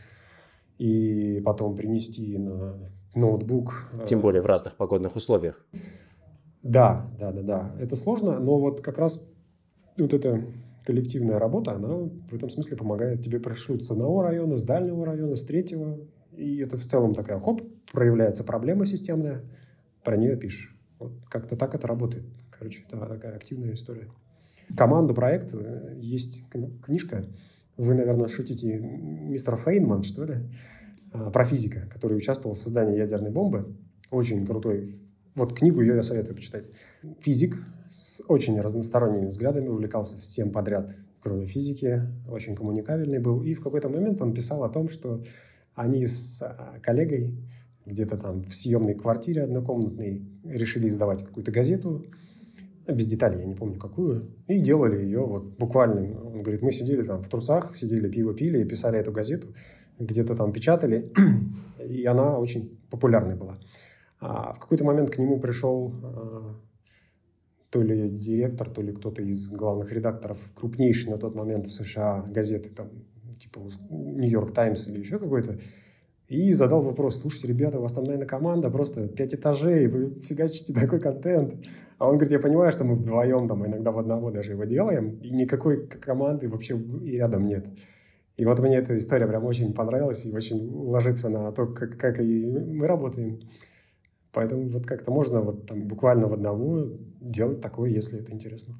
и потом принести на ноутбук. Тем более в разных погодных условиях. Да, да, да, да. Это сложно, но вот как раз вот эта коллективная работа, она в этом смысле помогает. Тебе пришлют с одного района, с дальнего района, с третьего, и это в целом такая, хоп, проявляется проблема системная, про нее пишешь. Вот как-то так это работает. Короче, это такая активная история. Команда, проект, есть книжка, вы, наверное, шутите, мистер Фейнман, что ли, про физика, который участвовал в создании ядерной бомбы. Очень крутой. Вот книгу ее я советую почитать. Физик с очень разносторонними взглядами, увлекался всем подряд, кроме физики, очень коммуникабельный был. И в какой-то момент он писал о том, что они с коллегой где-то там в съемной квартире однокомнатной решили издавать какую-то газету, без деталей, я не помню какую, и делали ее вот буквально. Он говорит, мы сидели там в трусах, сидели, пиво пили и писали эту газету, где-то там печатали, и она очень популярной была. А в какой-то момент к нему пришел а, то ли директор, то ли кто-то из главных редакторов крупнейшей на тот момент в США газеты, там, типа Нью-Йорк Таймс или еще какой-то, и задал вопрос, слушайте, ребята, у вас там, наверное, команда, просто пять этажей, вы фигачите такой контент. А он говорит, я понимаю, что мы вдвоем, там, иногда в одного даже его делаем, и никакой команды вообще и рядом нет. И вот мне эта история прям очень понравилась и очень ложится на то, как, как и мы работаем. Поэтому вот как-то можно вот там буквально в одного делать такое, если это интересно.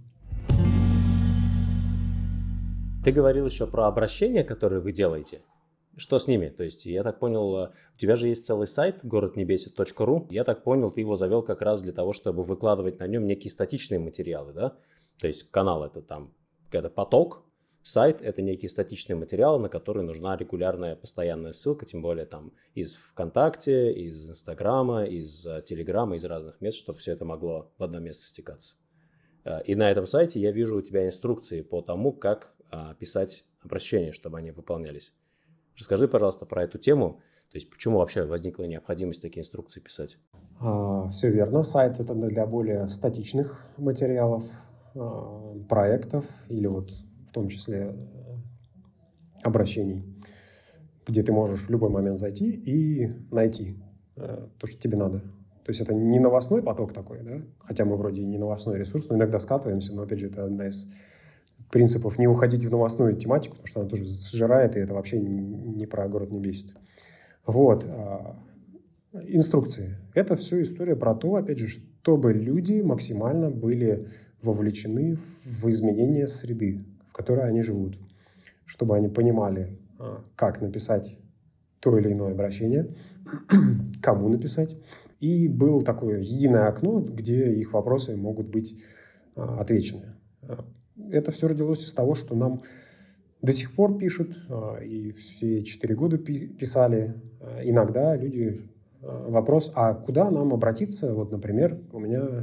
Ты говорил еще про обращения, которые вы делаете. Что с ними? То есть, я так понял, у тебя же есть целый сайт город не бесит точка ру. Я так понял, ты его завел как раз для того, чтобы выкладывать на нем некие статичные материалы, да? То есть, канал это там, это поток, сайт это некие статичные материалы, на которые нужна регулярная постоянная ссылка, тем более там из ВКонтакте, из Инстаграма, из Телеграма, из разных мест, чтобы все это могло в одно место стекаться. И на этом сайте я вижу у тебя инструкции по тому, как писать обращения, чтобы они выполнялись. Расскажи, пожалуйста, про эту тему. То есть, почему вообще возникла необходимость такие инструкции писать? А, все верно. Сайт – это для более статичных материалов, а, проектов или вот в том числе обращений, где ты можешь в любой момент зайти и найти а, то, что тебе надо. То есть, это не новостной поток такой, да? Хотя мы вроде и не новостной ресурс, но иногда скатываемся, но, опять же, это одна из принципов не уходить в новостную тематику, потому что она тоже сжирает, и это вообще не про город не бесит. Вот. Инструкции. Это все история про то, опять же, чтобы люди максимально были вовлечены в изменение среды, в которой они живут. Чтобы они понимали, как написать то или иное обращение, кому написать. И было такое единое окно, где их вопросы могут быть отвечены. Это все родилось из того, что нам до сих пор пишут, и все четыре года писали. Иногда люди вопрос, а куда нам обратиться? Вот, например, у меня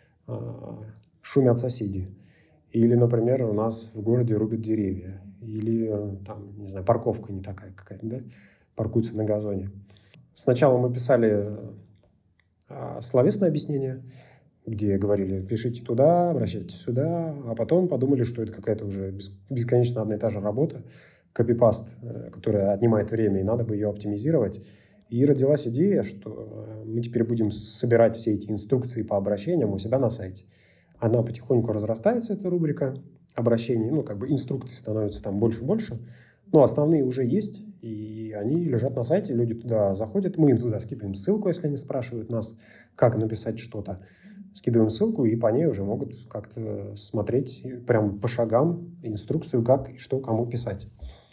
шумят соседи. Или, например, у нас в городе рубят деревья. Или, там, не знаю, парковка не такая какая-то, да? Паркуются на газоне. Сначала мы писали словесное объяснение, где говорили, пишите туда, обращайтесь сюда, а потом подумали, что это какая-то уже бесконечно одна и та же работа, копипаст, которая отнимает время, и надо бы ее оптимизировать. И родилась идея, что мы теперь будем собирать все эти инструкции по обращениям у себя на сайте. Она потихоньку разрастается, эта рубрика обращений, ну, как бы инструкций становится там больше и больше, но основные уже есть, и они лежат на сайте, люди туда заходят, мы им туда скидываем ссылку, если они спрашивают нас, как написать что-то. Скидываем ссылку, и по ней уже могут как-то смотреть прям по шагам инструкцию, как и что кому писать.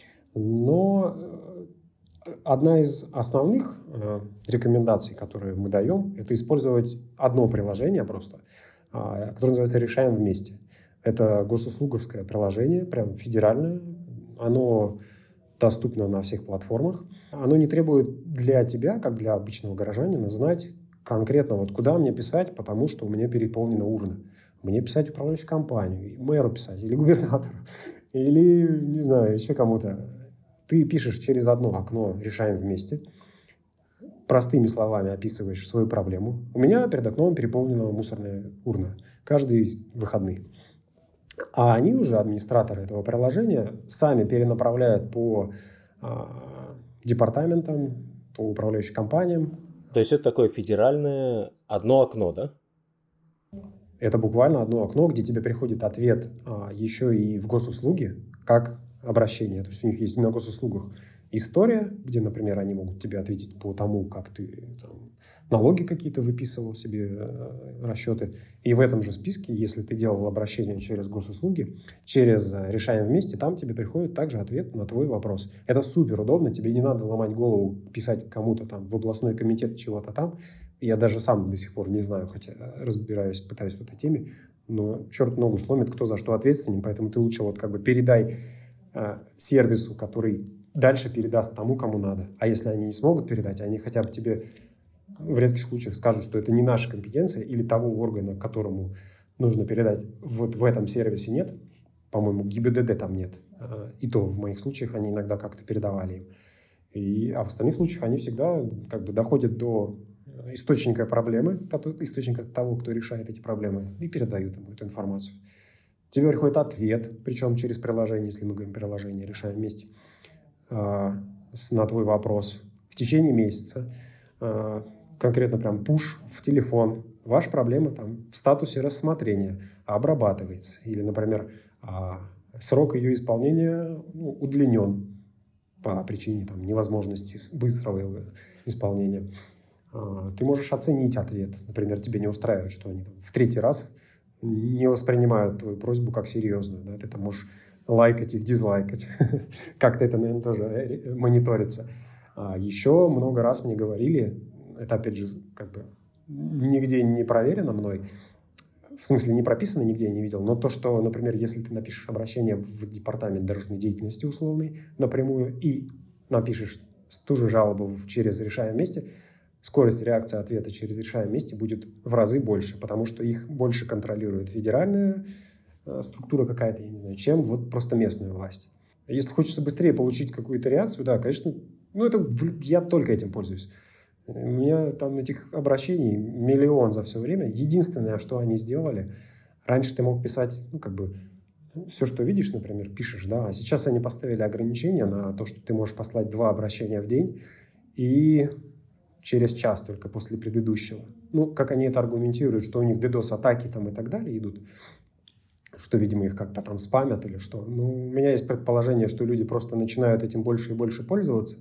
Но одна из основных рекомендаций, которые мы даем, это использовать одно приложение просто, которое называется «Решаем вместе». Это госуслуговское приложение, прям федеральное. Оно доступно на всех платформах. Оно не требует для тебя, как для обычного горожанина, знать конкретно, вот куда мне писать, потому что у меня переполнена урна. Мне писать в управляющую компанию, мэру писать, или губернатору, или, не знаю, еще кому-то. Ты пишешь через одно окно «Решаем вместе», простыми словами описываешь свою проблему. У меня перед окном переполнена мусорная урна каждые выходные. А они уже, администраторы этого приложения, сами перенаправляют по а, департаментам, по управляющим компаниям. То есть это такое федеральное одно окно, да? Это буквально одно окно, где тебе приходит ответ а, еще и в госуслуги, как обращение. То есть у них есть на госуслугах история, где, например, они могут тебе ответить по тому, как ты там, налоги какие-то выписывал себе, э, расчеты. И в этом же списке, если ты делал обращение через госуслуги, через «Решаем вместе», там тебе приходит также ответ на твой вопрос. Это супер удобно, тебе не надо ломать голову, писать кому-то там в областной комитет чего-то там. Я даже сам до сих пор не знаю, хотя разбираюсь, пытаюсь в этой теме, но черт ногу сломит, кто за что ответственен, поэтому ты лучше вот как бы передай э, сервису, который дальше передаст тому, кому надо. А если они не смогут передать, они хотя бы тебе в редких случаях скажут, что это не наша компетенция или того органа, которому нужно передать, вот в этом сервисе нет. По-моему, ГИБДД там нет. И то в моих случаях они иногда как-то передавали им. И, а в остальных случаях они всегда как бы доходят до источника проблемы, источника того, кто решает эти проблемы, и передают ему эту информацию. Тебе приходит ответ, причем через приложение, если мы говорим приложение, решаем вместе, на твой вопрос в течение месяца. Конкретно прям пуш в телефон. Ваша проблема там в статусе рассмотрения обрабатывается. Или, например, срок ее исполнения ну, удлинен по причине там, невозможности быстрого исполнения. Ты можешь оценить ответ. Например, тебе не устраивает, что они там, в третий раз не воспринимают твою просьбу как серьезную. Да? Ты там можешь лайкать их, дизлайкать. Как-то это, наверное, тоже мониторится. А еще много раз мне говорили, это, опять же, как бы нигде не проверено мной, в смысле, не прописано, нигде я не видел, но то, что, например, если ты напишешь обращение в департамент дорожной деятельности условный напрямую и напишешь ту же жалобу через «Решаем вместе», скорость реакции ответа через «Решаем вместе» будет в разы больше, потому что их больше контролирует федеральная э, структура какая-то, я не знаю, чем вот просто местную власть. Если хочется быстрее получить какую-то реакцию, да, конечно, ну это я только этим пользуюсь. У меня там этих обращений миллион за все время. Единственное, что они сделали, раньше ты мог писать, ну, как бы, все, что видишь, например, пишешь, да, а сейчас они поставили ограничения на то, что ты можешь послать два обращения в день и через час только после предыдущего. Ну, как они это аргументируют, что у них ддос-атаки там и так далее идут, что, видимо, их как-то там спамят или что. Ну, у меня есть предположение, что люди просто начинают этим больше и больше пользоваться,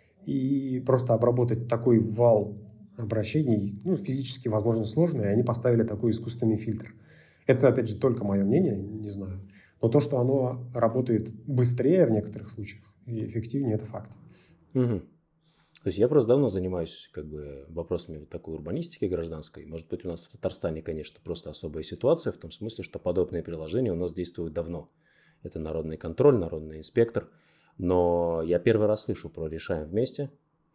и просто обработать такой вал обращений, ну, физически, возможно, сложно, и они поставили такой искусственный фильтр. Это, опять же, только мое мнение, не знаю. Но то, что оно работает быстрее в некоторых случаях и эффективнее, это факт. Угу. То есть я просто давно занимаюсь как бы вопросами вот такой урбанистики гражданской. Может быть, у нас в Татарстане, конечно, просто особая ситуация, в том смысле, что подобные приложения у нас действуют давно. Это народный контроль, народный инспектор. Но я первый раз слышу про «Решаем вместе»,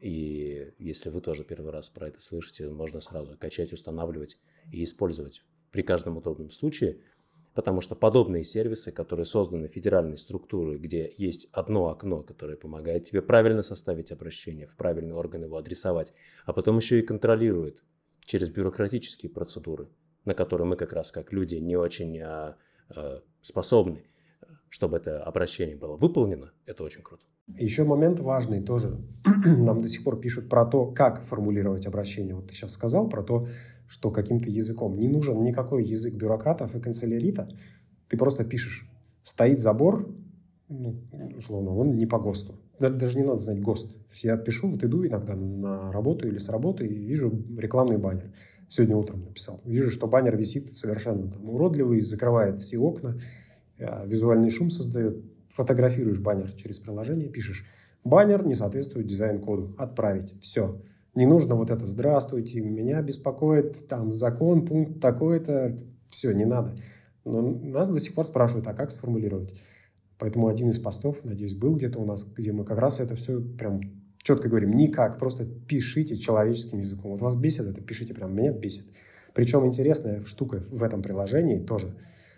и если вы тоже первый раз про это слышите, можно сразу качать, устанавливать и использовать при каждом удобном случае, потому что подобные сервисы, которые созданы федеральной структурой, где есть одно окно, которое помогает тебе правильно составить обращение, в правильный орган его адресовать, а потом еще и контролирует через бюрократические процедуры, на которые мы как раз как люди не очень а, а, способны, чтобы это обращение было выполнено, это очень круто. Еще момент важный тоже. Нам до сих пор пишут про то, как формулировать обращение. Вот ты сейчас сказал про то, что каким-то языком. Не нужен никакой язык бюрократов и канцелярита. Ты просто пишешь. Стоит забор, ну, условно, он не по ГОСТу. Даже не надо знать ГОСТ. То есть я пишу, вот иду иногда на работу или с работы и вижу рекламный баннер. Сегодня утром написал. Вижу, что баннер висит совершенно там уродливый, закрывает все окна, визуальный шум создает. Фотографируешь баннер через приложение, пишешь: баннер не соответствует дизайн-коду. Отправить. Все. Не нужно вот это: здравствуйте, меня беспокоит там закон, пункт такой-то. Все, не надо. Но нас до сих пор спрашивают, а как сформулировать? Поэтому один из постов, надеюсь, был где-то у нас, где мы как раз это все прям четко говорим. Никак, просто пишите человеческим языком. Вот вас бесит это, пишите прям. Меня бесит. Причем интересная штука в этом приложении тоже.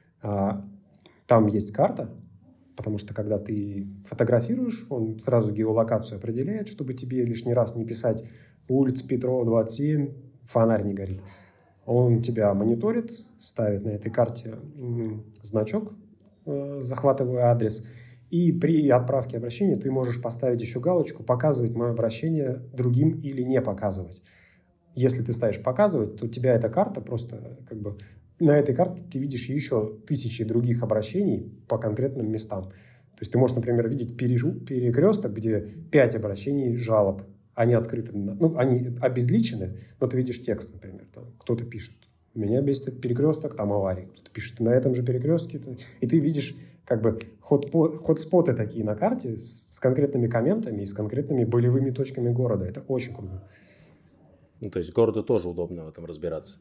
Там есть карта, потому что когда ты фотографируешь, он сразу геолокацию определяет, чтобы тебе лишний раз не писать улица Петрова, двадцать семь, фонарь не горит. Он тебя мониторит, ставит на этой карте значок, захватывая адрес, и при отправке обращения ты можешь поставить еще галочку «Показывать мое обращение другим или не показывать». Если ты ставишь «Показывать», то у тебя эта карта просто как бы... На этой карте ты видишь еще тысячи других обращений по конкретным местам. То есть ты можешь, например, видеть перекресток, где пять обращений жалоб. Они открыты, ну, они обезличены, но ты видишь текст, например. Там кто-то пишет: меня бесит этот перекресток, там авария. Кто-то пишет: на этом же перекрестке. И ты видишь как бы хот-споты такие на карте с, с конкретными комментами и с конкретными болевыми точками города. Это очень круто. Ну, то есть городу тоже удобно в этом разбираться.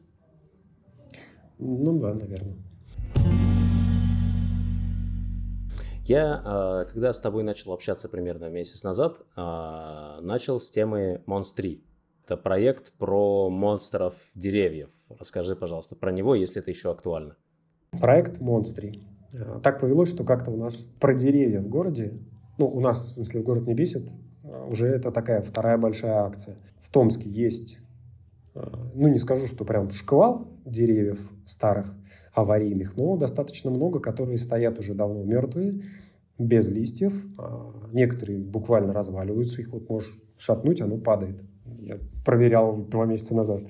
Ну да, наверное. Я, когда с тобой начал общаться примерно месяц назад, начал с темы Монстри. Это проект про монстров деревьев. Расскажи, пожалуйста, про него, если это еще актуально. Проект «Монстрий». Так повелось, что как-то у нас про деревья в городе, ну, у нас, в смысле, город не бесит, уже это такая вторая большая акция. В Томске есть, ну, не скажу, что прям шквал деревьев старых, аварийных, но достаточно много, которые стоят уже давно мертвые, без листьев. Некоторые буквально разваливаются, их вот можешь шатнуть, оно падает. Я проверял два месяца назад.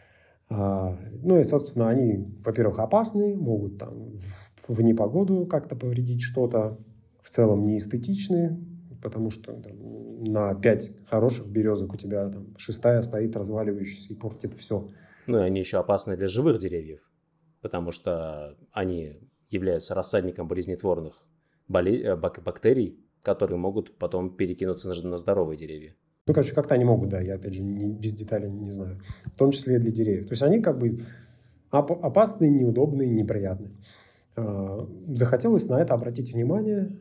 Ну и, собственно, они, во-первых, опасны, могут там в непогоду как-то повредить что-то, в целом не эстетичны, потому что там, на пять хороших березок у тебя там, шестая стоит разваливающаяся и портит все. Ну и они еще опасны для живых деревьев, потому что они являются рассадником болезнетворных боле... бактерий, которые могут потом перекинуться на, на здоровые деревья. Ну, короче, как-то они могут, да, я, опять же, не, без деталей не знаю. В том числе и для деревьев. То есть они как бы оп- опасные, неудобные, неприятные. Захотелось на это обратить внимание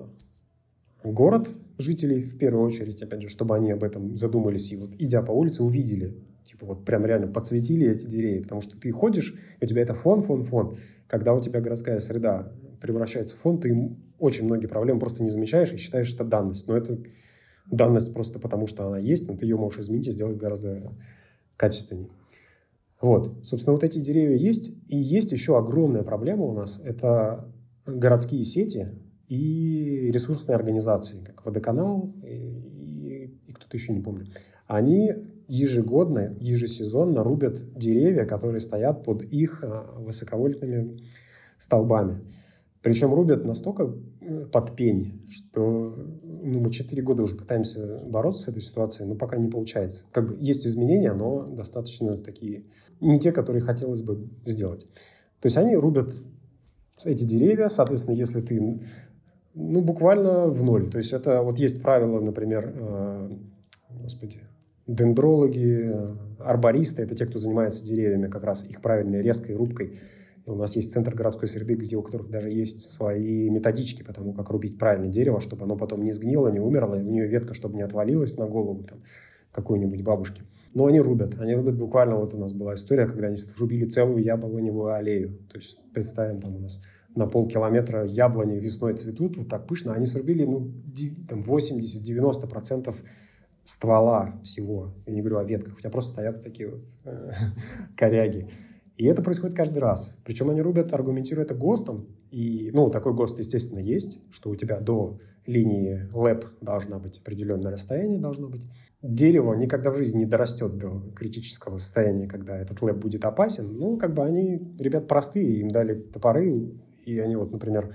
город, жителей в первую очередь, опять же, чтобы они об этом задумались и вот, идя по улице, увидели, типа вот прям реально подсветили эти деревья, потому что ты ходишь, и у тебя это фон, фон, фон. Когда у тебя городская среда превращается в фон, ты очень многие проблемы просто не замечаешь и считаешь это данность. Но это данность просто потому, что она есть, но ты ее можешь изменить и сделать гораздо качественнее. Вот, собственно, вот эти деревья есть. И есть еще огромная проблема у нас. Это городские сети и ресурсные организации, как Водоканал и, и, и кто-то еще не помню. Они ежегодно, ежесезонно рубят деревья, которые стоят под их высоковольтными столбами. Причем рубят настолько под пень, что ну, мы четыре года уже пытаемся бороться с этой ситуацией, но пока не получается. Как бы есть изменения, но достаточно такие, не те, которые хотелось бы сделать. То есть они рубят эти деревья, соответственно, если ты, ну, буквально в ноль. То есть это вот есть правило, например, э, господи, дендрологи, арбористы, это те, кто занимается деревьями, как раз их правильной резкой рубкой. У нас есть центр городской среды, где у которых даже есть свои методички по тому, как рубить правильно дерево, чтобы оно потом не сгнило, не умерло, и у нее ветка, чтобы не отвалилась на голову там, какой-нибудь бабушки. Но они рубят. Они рубят буквально, вот у нас была история, когда они рубили целую яблоневую аллею. То есть, представим, там у нас на полкилометра яблони весной цветут, вот так пышно. Они срубили ну, восемьдесят-девяносто процентов ствола всего. Я не говорю о ветках, у тебя просто стоят такие вот коряги. И это происходит каждый раз. Причем они рубят, аргументируя это ГОСТом. И, ну, такой ГОСТ, естественно, есть, что у тебя до линии ЛЭП должна быть определенное расстояние, должно быть. Дерево никогда в жизни не дорастет до критического состояния, когда этот ЛЭП будет опасен. Ну, как бы они, ребят, простые, им дали топоры, и они вот, например,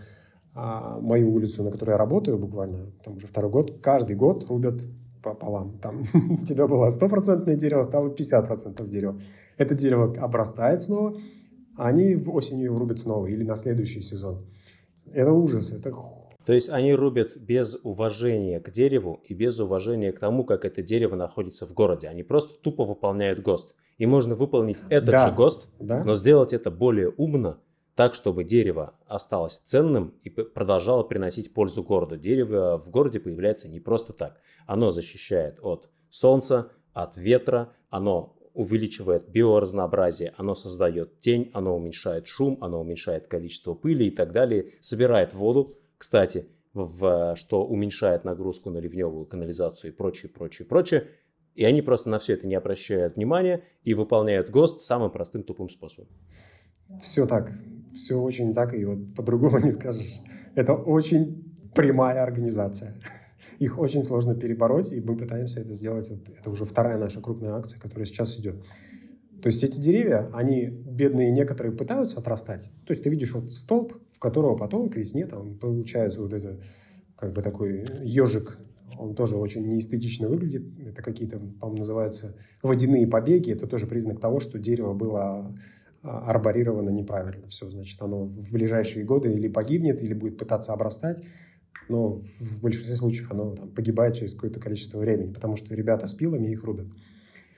мою улицу, на которой я работаю буквально, там уже второй год, каждый год рубят пополам. Там у тебя было стопроцентное дерево, стало пятьдесят процентов дерева. Это дерево обрастает снова, а они осенью его рубят снова или на следующий сезон. Это ужас. Это... То есть они рубят без уважения к дереву и без уважения к тому, как это дерево находится в городе. Они просто тупо выполняют ГОСТ. И можно выполнить этот да, же ГОСТ, да. но сделать это более умно, так, чтобы дерево осталось ценным и продолжало приносить пользу городу. Дерево в городе появляется не просто так. Оно защищает от солнца, от ветра, оно увеличивает биоразнообразие, оно создает тень, оно уменьшает шум, оно уменьшает количество пыли и так далее, собирает воду, кстати, в, что уменьшает нагрузку на ливневую канализацию и прочее, прочее, прочее. И они просто на все это не обращают внимания и выполняют ГОСТ самым простым тупым способом. Все так. Все очень так, и вот по-другому не скажешь. Это очень прямая организация. Их очень сложно перебороть, и мы пытаемся это сделать. Вот это уже вторая наша крупная акция, которая сейчас идет. То есть эти деревья, они, бедные некоторые, пытаются отрастать. То есть ты видишь вот столб, в которого потом к весне там получается вот это, как бы такой ежик. Он тоже очень неэстетично выглядит. Это какие-то, по-моему, называются водяные побеги. Это тоже признак того, что дерево было арборировано неправильно. Все, значит, оно в ближайшие годы или погибнет, или будет пытаться обрастать. Но в большинстве случаев оно там погибает через какое-то количество времени, потому что ребята с пилами их рубят.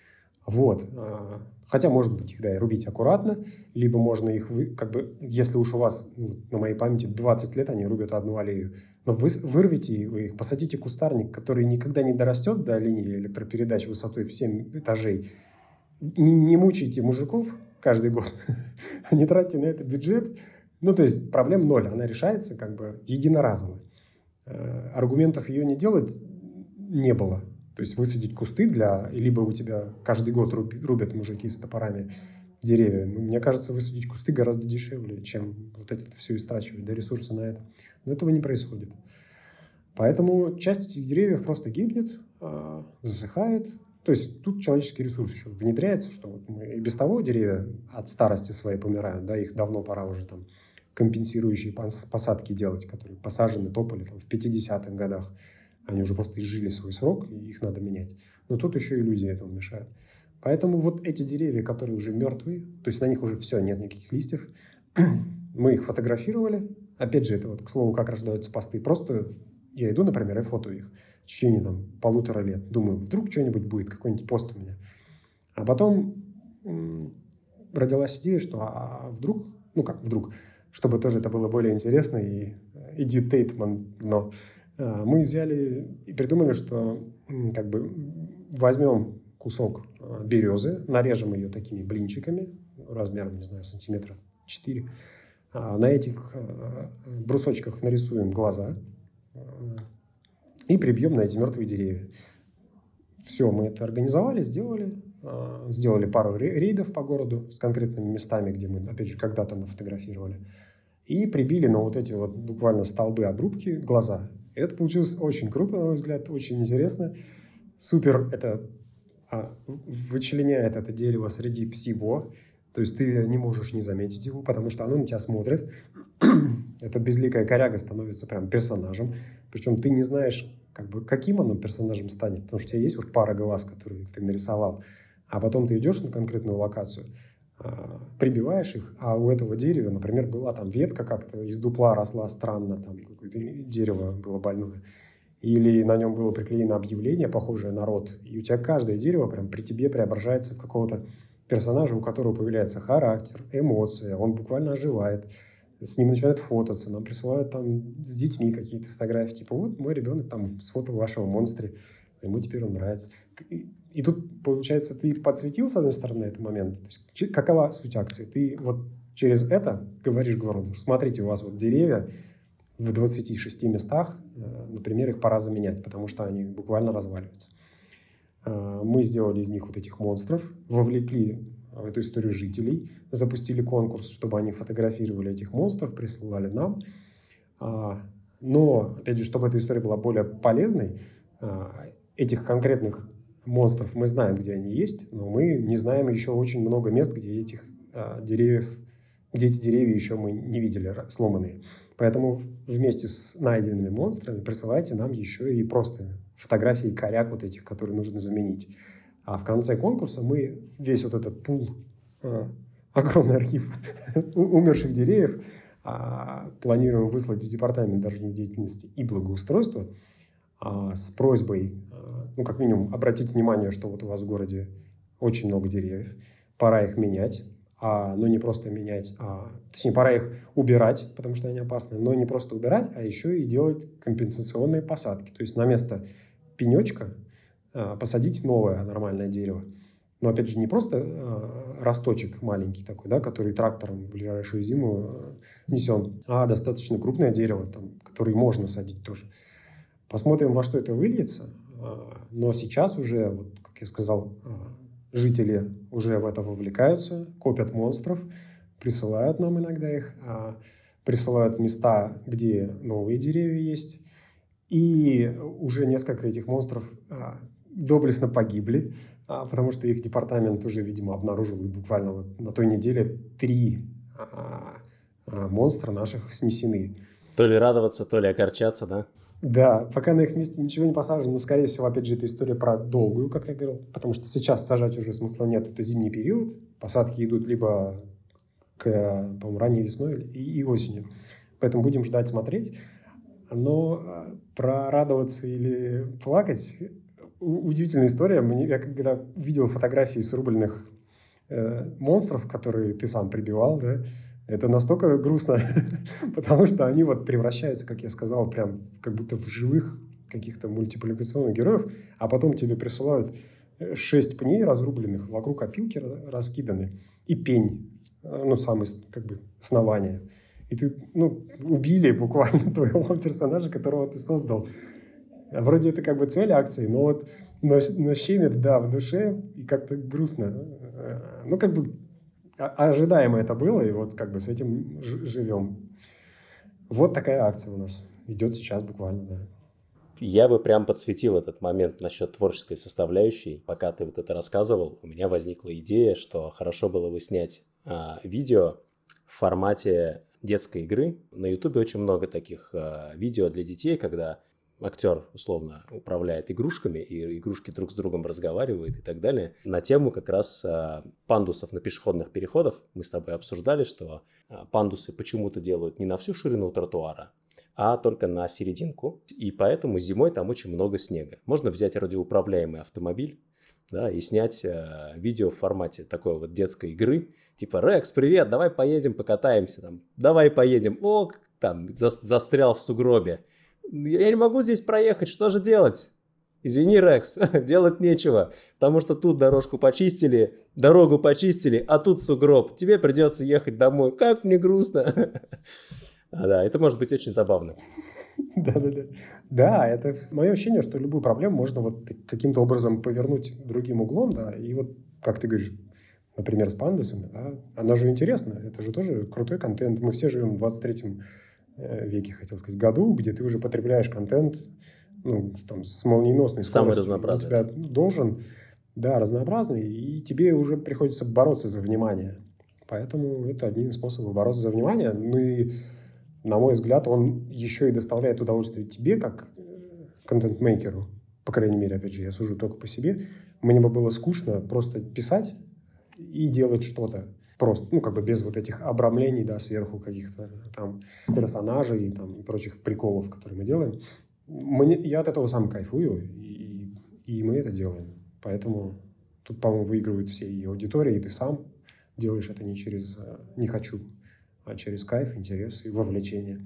Вот. Хотя, может быть, их, да, и рубить аккуратно, либо можно их, как бы, если уж у вас, ну, на моей памяти, двадцать лет они рубят одну аллею, но вы вырвите вы их, посадите кустарник, который никогда не дорастет до линии электропередач высотой в семь этажей. Не, не мучайте мужиков каждый год, не тратьте на это бюджет. Ну, то есть проблем ноль, она решается как бы единоразово. Аргументов ее не делать не было. То есть высадить кусты для... Либо у тебя каждый год рубят мужики с топорами деревья. Ну, мне кажется, высадить кусты гораздо дешевле, чем вот это все истрачивать, да, ресурсы на это. Но этого не происходит. Поэтому часть этих деревьев просто гибнет, засыхает. То есть тут человеческий ресурс еще внедряется, что вот мы и без того деревья от старости своей помирают, да, их давно пора уже там компенсирующие посадки делать, которые посажены, тополи там в пятидесятых годах. Они уже просто изжили свой срок, и их надо менять. Но тут еще и люди этому мешают. Поэтому вот эти деревья, которые уже мертвые, то есть на них уже все, нет никаких листьев, мы их фотографировали. Опять же, это вот, к слову, как рождаются посты. Просто я иду, например, и фотою их в течение там, полутора лет. Думаю, вдруг что-нибудь будет, какой-нибудь пост у меня. А потом м- родилась идея, что а вдруг, ну как вдруг, чтобы тоже это было более интересно и edutainment, мы взяли и придумали, что как бы возьмем кусок березы, нарежем ее такими блинчиками размером, не знаю, сантиметра четыре. На этих брусочках нарисуем глаза и прибьем на эти мертвые деревья. Все, мы это организовали, сделали. Сделали пару рейдов по городу с конкретными местами, где мы, опять же, когда-то нафотографировали. И прибили на вот эти вот буквально столбы обрубки глаза. И это получилось очень круто, на мой взгляд, очень интересно. Супер это а, вычленяет это дерево среди всего. То есть ты не можешь не заметить его, потому что оно на тебя смотрит. Эта безликая коряга становится прям персонажем. Причем ты не знаешь, как бы, каким оно персонажем станет. Потому что у тебя есть вот пара глаз, которые ты нарисовал. А потом ты идешь на конкретную локацию, прибиваешь их, а у этого дерева, например, была там ветка как-то из дупла росла странно, там какое-то дерево было больное, или на нем было приклеено объявление, похожее на рот, и у тебя каждое дерево прям при тебе преображается в какого-то персонажа, у которого появляется характер, эмоция, он буквально оживает, с ним начинают фототься, нам присылают там с детьми какие-то фотографии, типа вот мой ребенок там сфотал вашего монстра, ему теперь он нравится. И тут, получается, ты подсветил, с одной стороны, этот момент. То есть, какова суть акции? Ты вот через это говоришь городу, смотрите, у вас вот деревья в двадцати шести местах, например, их пора заменять, потому что они буквально разваливаются. Мы сделали из них вот этих монстров, вовлекли в эту историю жителей, запустили конкурс, чтобы они фотографировали этих монстров, присылали нам. Но, опять же, чтобы эта история была более полезной, этих конкретных монстров мы знаем, где они есть, но мы не знаем еще очень много мест, где этих а, деревьев, где эти деревья еще мы не видели сломанные. Поэтому вместе с найденными монстрами присылайте нам еще и просто фотографии коряк вот этих, которые нужно заменить. А в конце конкурса мы весь вот этот пул, а, огромный архив умерших деревьев а, планируем выслать в Департамент дорожной деятельности и благоустройства а, с просьбой, ну, как минимум, обратите внимание, что вот у вас в городе очень много деревьев, пора их менять, а, но не просто менять, а, точнее, пора их убирать, потому что они опасны, но не просто убирать, а еще и делать компенсационные посадки. То есть на место пенечка а, посадить новое нормальное дерево. Но, опять же, не просто а, росточек маленький такой, да, который трактором в ближайшую зиму а, снесен, а достаточно крупное дерево, там, которое можно садить тоже. Посмотрим, во что это выльется. Но сейчас уже, вот, как я сказал, жители уже в это вовлекаются, копят монстров, присылают нам иногда их, присылают места, где новые деревья есть. И уже несколько этих монстров доблестно погибли, потому что их департамент уже, видимо, обнаружил, и буквально вот на той неделе три монстра наших снесены. То ли радоваться, то ли огорчаться, да? Да, пока на их месте ничего не посажено, но, скорее всего, опять же, это история про долгую, как я говорил, потому что сейчас сажать уже смысла нет, это зимний период, посадки идут либо к, по-моему, ранней весной и, и осенью, поэтому будем ждать, смотреть, но про радоваться или плакать удивительная история. Мне, я когда видел фотографии срубленных э, монстров, которые ты сам прибивал, да, это настолько грустно, потому что они вот превращаются, как я сказал, прям как будто в живых каких-то мультипликационных героев, а потом тебе присылают шесть пней разрубленных, вокруг опилки раскиданы, и пень, ну, самое, как бы, основание. И ты, ну, убили буквально твоего персонажа, которого ты создал. Вроде это как бы цель акции, но вот но, но щемит, да, в душе, и как-то грустно. Ну, как бы ожидаемо это было, и вот как бы с этим ж- живем. Вот такая акция у нас идет сейчас буквально, да. Я бы прям подсветил этот момент насчет творческой составляющей. Пока ты вот это рассказывал, у меня возникла идея, что хорошо было бы снять а, видео в формате детской игры. На Ютубе очень много таких а, видео для детей, когда актер, условно, управляет игрушками, и игрушки друг с другом разговаривают и так далее. На тему как раз а, пандусов на пешеходных переходах мы с тобой обсуждали, что а, пандусы почему-то делают не на всю ширину тротуара, а только на серединку. И поэтому зимой там очень много снега. Можно взять радиоуправляемый автомобиль, да, и снять э, видео в формате такой вот детской игры. Типа: «Рекс, привет, давай поедем покатаемся». Там, «Давай поедем». «О, там, за, застрял в сугробе. Я не могу здесь проехать, что же делать?» «Извини, Рекс, делать нечего, потому что тут дорожку почистили, дорогу почистили, а тут сугроб. Тебе придется ехать домой. Как мне грустно». А, да, это может быть очень забавно. Да-да-да. Да, это мое ощущение, что любую проблему можно вот каким-то образом повернуть другим углом, да, и вот, как ты говоришь, например, с пандусами, да, она же интересна, это же тоже крутой контент. Мы все живем в двадцать третьем веке, хотел сказать, году, где ты уже потребляешь контент, ну, там, с молниеносной скоростью. Самый разнообразный. У тебя должен, да, разнообразный, и тебе уже приходится бороться за внимание. Поэтому это один из способов бороться за внимание. Ну и, на мой взгляд, он еще и доставляет удовольствие тебе, как контент-мейкеру. По крайней мере, опять же, я сужу только по себе. Мне бы было скучно просто писать и делать что-то. Просто, ну, как бы без вот этих обрамлений, да, сверху каких-то там персонажей там, и прочих приколов, которые мы делаем. Мне, я от этого сам кайфую, и, и мы это делаем. Поэтому тут, по-моему, выигрывают все, и аудитория, и ты сам делаешь это не через «не хочу», а через кайф, интерес и вовлечение.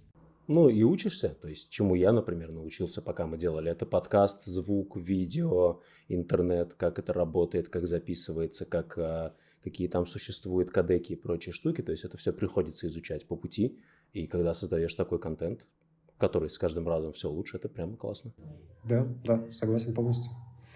Ну и учишься, то есть чему я, например, научился, пока мы делали это: подкаст, звук, видео, интернет, как это работает, как записывается, как, а, какие там существуют кодеки и прочие штуки. То есть это все приходится изучать по пути. И когда создаешь такой контент, который с каждым разом все лучше, это прямо классно. Да, да, согласен полностью.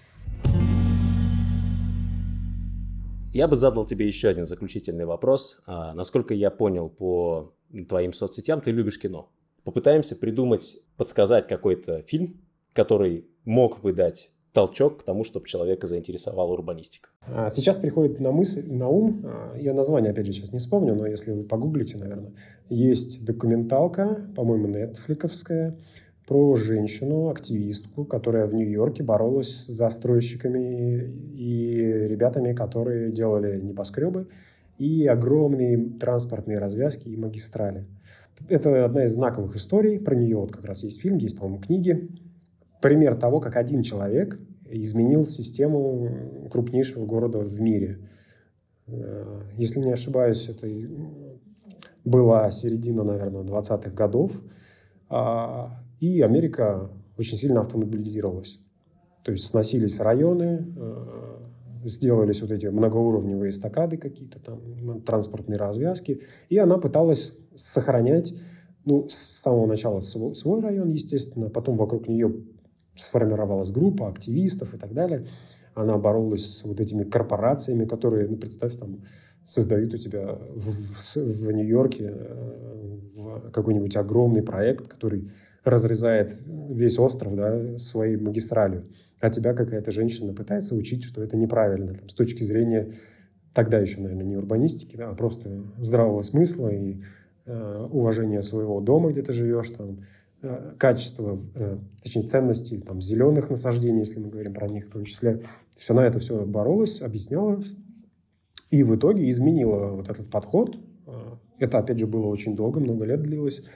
Я бы задал тебе еще один заключительный вопрос. А, насколько я понял по твоим соцсетям, ты любишь кино. Попытаемся придумать, подсказать какой-то фильм, который мог бы дать толчок к тому, чтобы человека заинтересовала урбанистика. Сейчас приходит на мысль, на ум, я название, опять же, сейчас не вспомню, но если вы погуглите, наверное, есть документалка, по-моему, нетфликовская, про женщину-активистку, которая в Нью-Йорке боролась с застройщиками и ребятами, которые делали небоскребы и огромные транспортные развязки и магистрали. Это одна из знаковых историй. Про нее вот как раз есть фильм, есть, по-моему, книги. Пример того, как один человек изменил систему крупнейшего города в мире. Если не ошибаюсь, это была середина, наверное, двадцатых годов. И Америка очень сильно автомобилизировалась. То есть сносились районы, сделались вот эти многоуровневые эстакады какие-то там, транспортные развязки. И она пыталась сохранять, ну, с самого начала свой, свой район, естественно. Потом вокруг нее сформировалась группа активистов и так далее. Она боролась с вот этими корпорациями, которые, ну, представь, там, создают у тебя в, в, в Нью-Йорке в какой-нибудь огромный проект, который разрезает весь остров, да, своей магистралью. А тебя какая-то женщина пытается учить, что это неправильно. Там, с точки зрения тогда еще, наверное, не урбанистики, да, а просто здравого смысла и э, уважения своего дома, где ты живешь, там, э, качества, э, точнее, ценностей там, зеленых насаждений, если мы говорим про них в том числе. То есть она это все боролась, объясняла и в итоге изменила вот этот подход. Это, опять же, было очень долго, много лет длилось.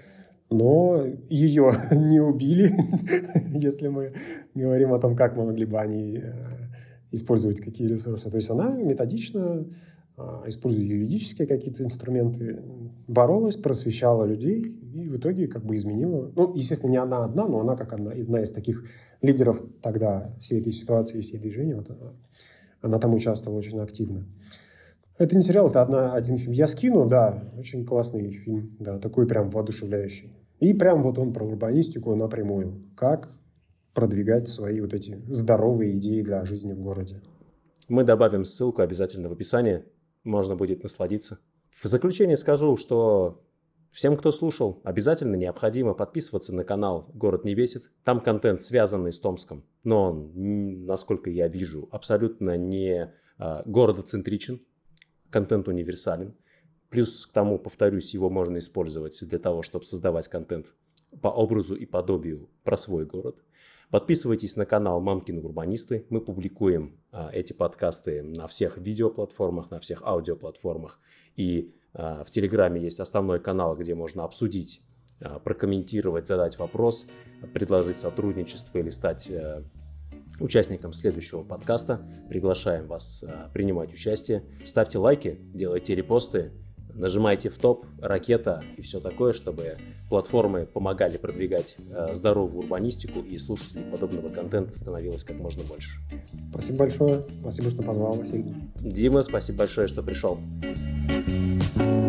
но ее не убили, если мы говорим о том, как мы могли бы они использовать какие ресурсы. То есть она методично, используя юридические какие-то инструменты, боролась, просвещала людей и в итоге как бы изменила. Ну, естественно, не она одна, но она как одна, одна из таких лидеров тогда всей этой ситуации, всей движения. Вот она, она там участвовала очень активно. Это не сериал, это одна, один фильм. Я скину, да, очень классный фильм, да, такой прям воодушевляющий. И прям вот он про урбанистику напрямую. Как продвигать свои вот эти здоровые идеи для жизни в городе. Мы добавим ссылку обязательно в описании. Можно будет насладиться. В заключение скажу, что всем, кто слушал, обязательно необходимо подписываться на канал «Город не весит». Там контент, связанный с Томском, но он, насколько я вижу, абсолютно не а, городоцентричен. Контент универсален. Плюс к тому, повторюсь, его можно использовать для того, чтобы создавать контент по образу и подобию про свой город. Подписывайтесь на канал «Мамкины урбанисты». Мы публикуем а, эти подкасты на всех видеоплатформах, на всех аудиоплатформах. И а, в Телеграме есть основной канал, где можно обсудить, а, прокомментировать, задать вопрос, предложить сотрудничество или стать а, участником следующего подкаста. Приглашаем вас а, принимать участие. Ставьте лайки, делайте репосты. Нажимайте в топ, ракета и все такое, чтобы платформы помогали продвигать э, здоровую урбанистику и слушателей подобного контента становилось как можно больше. Спасибо большое. Спасибо, что позвал, Василий. Дима, спасибо большое, что пришел.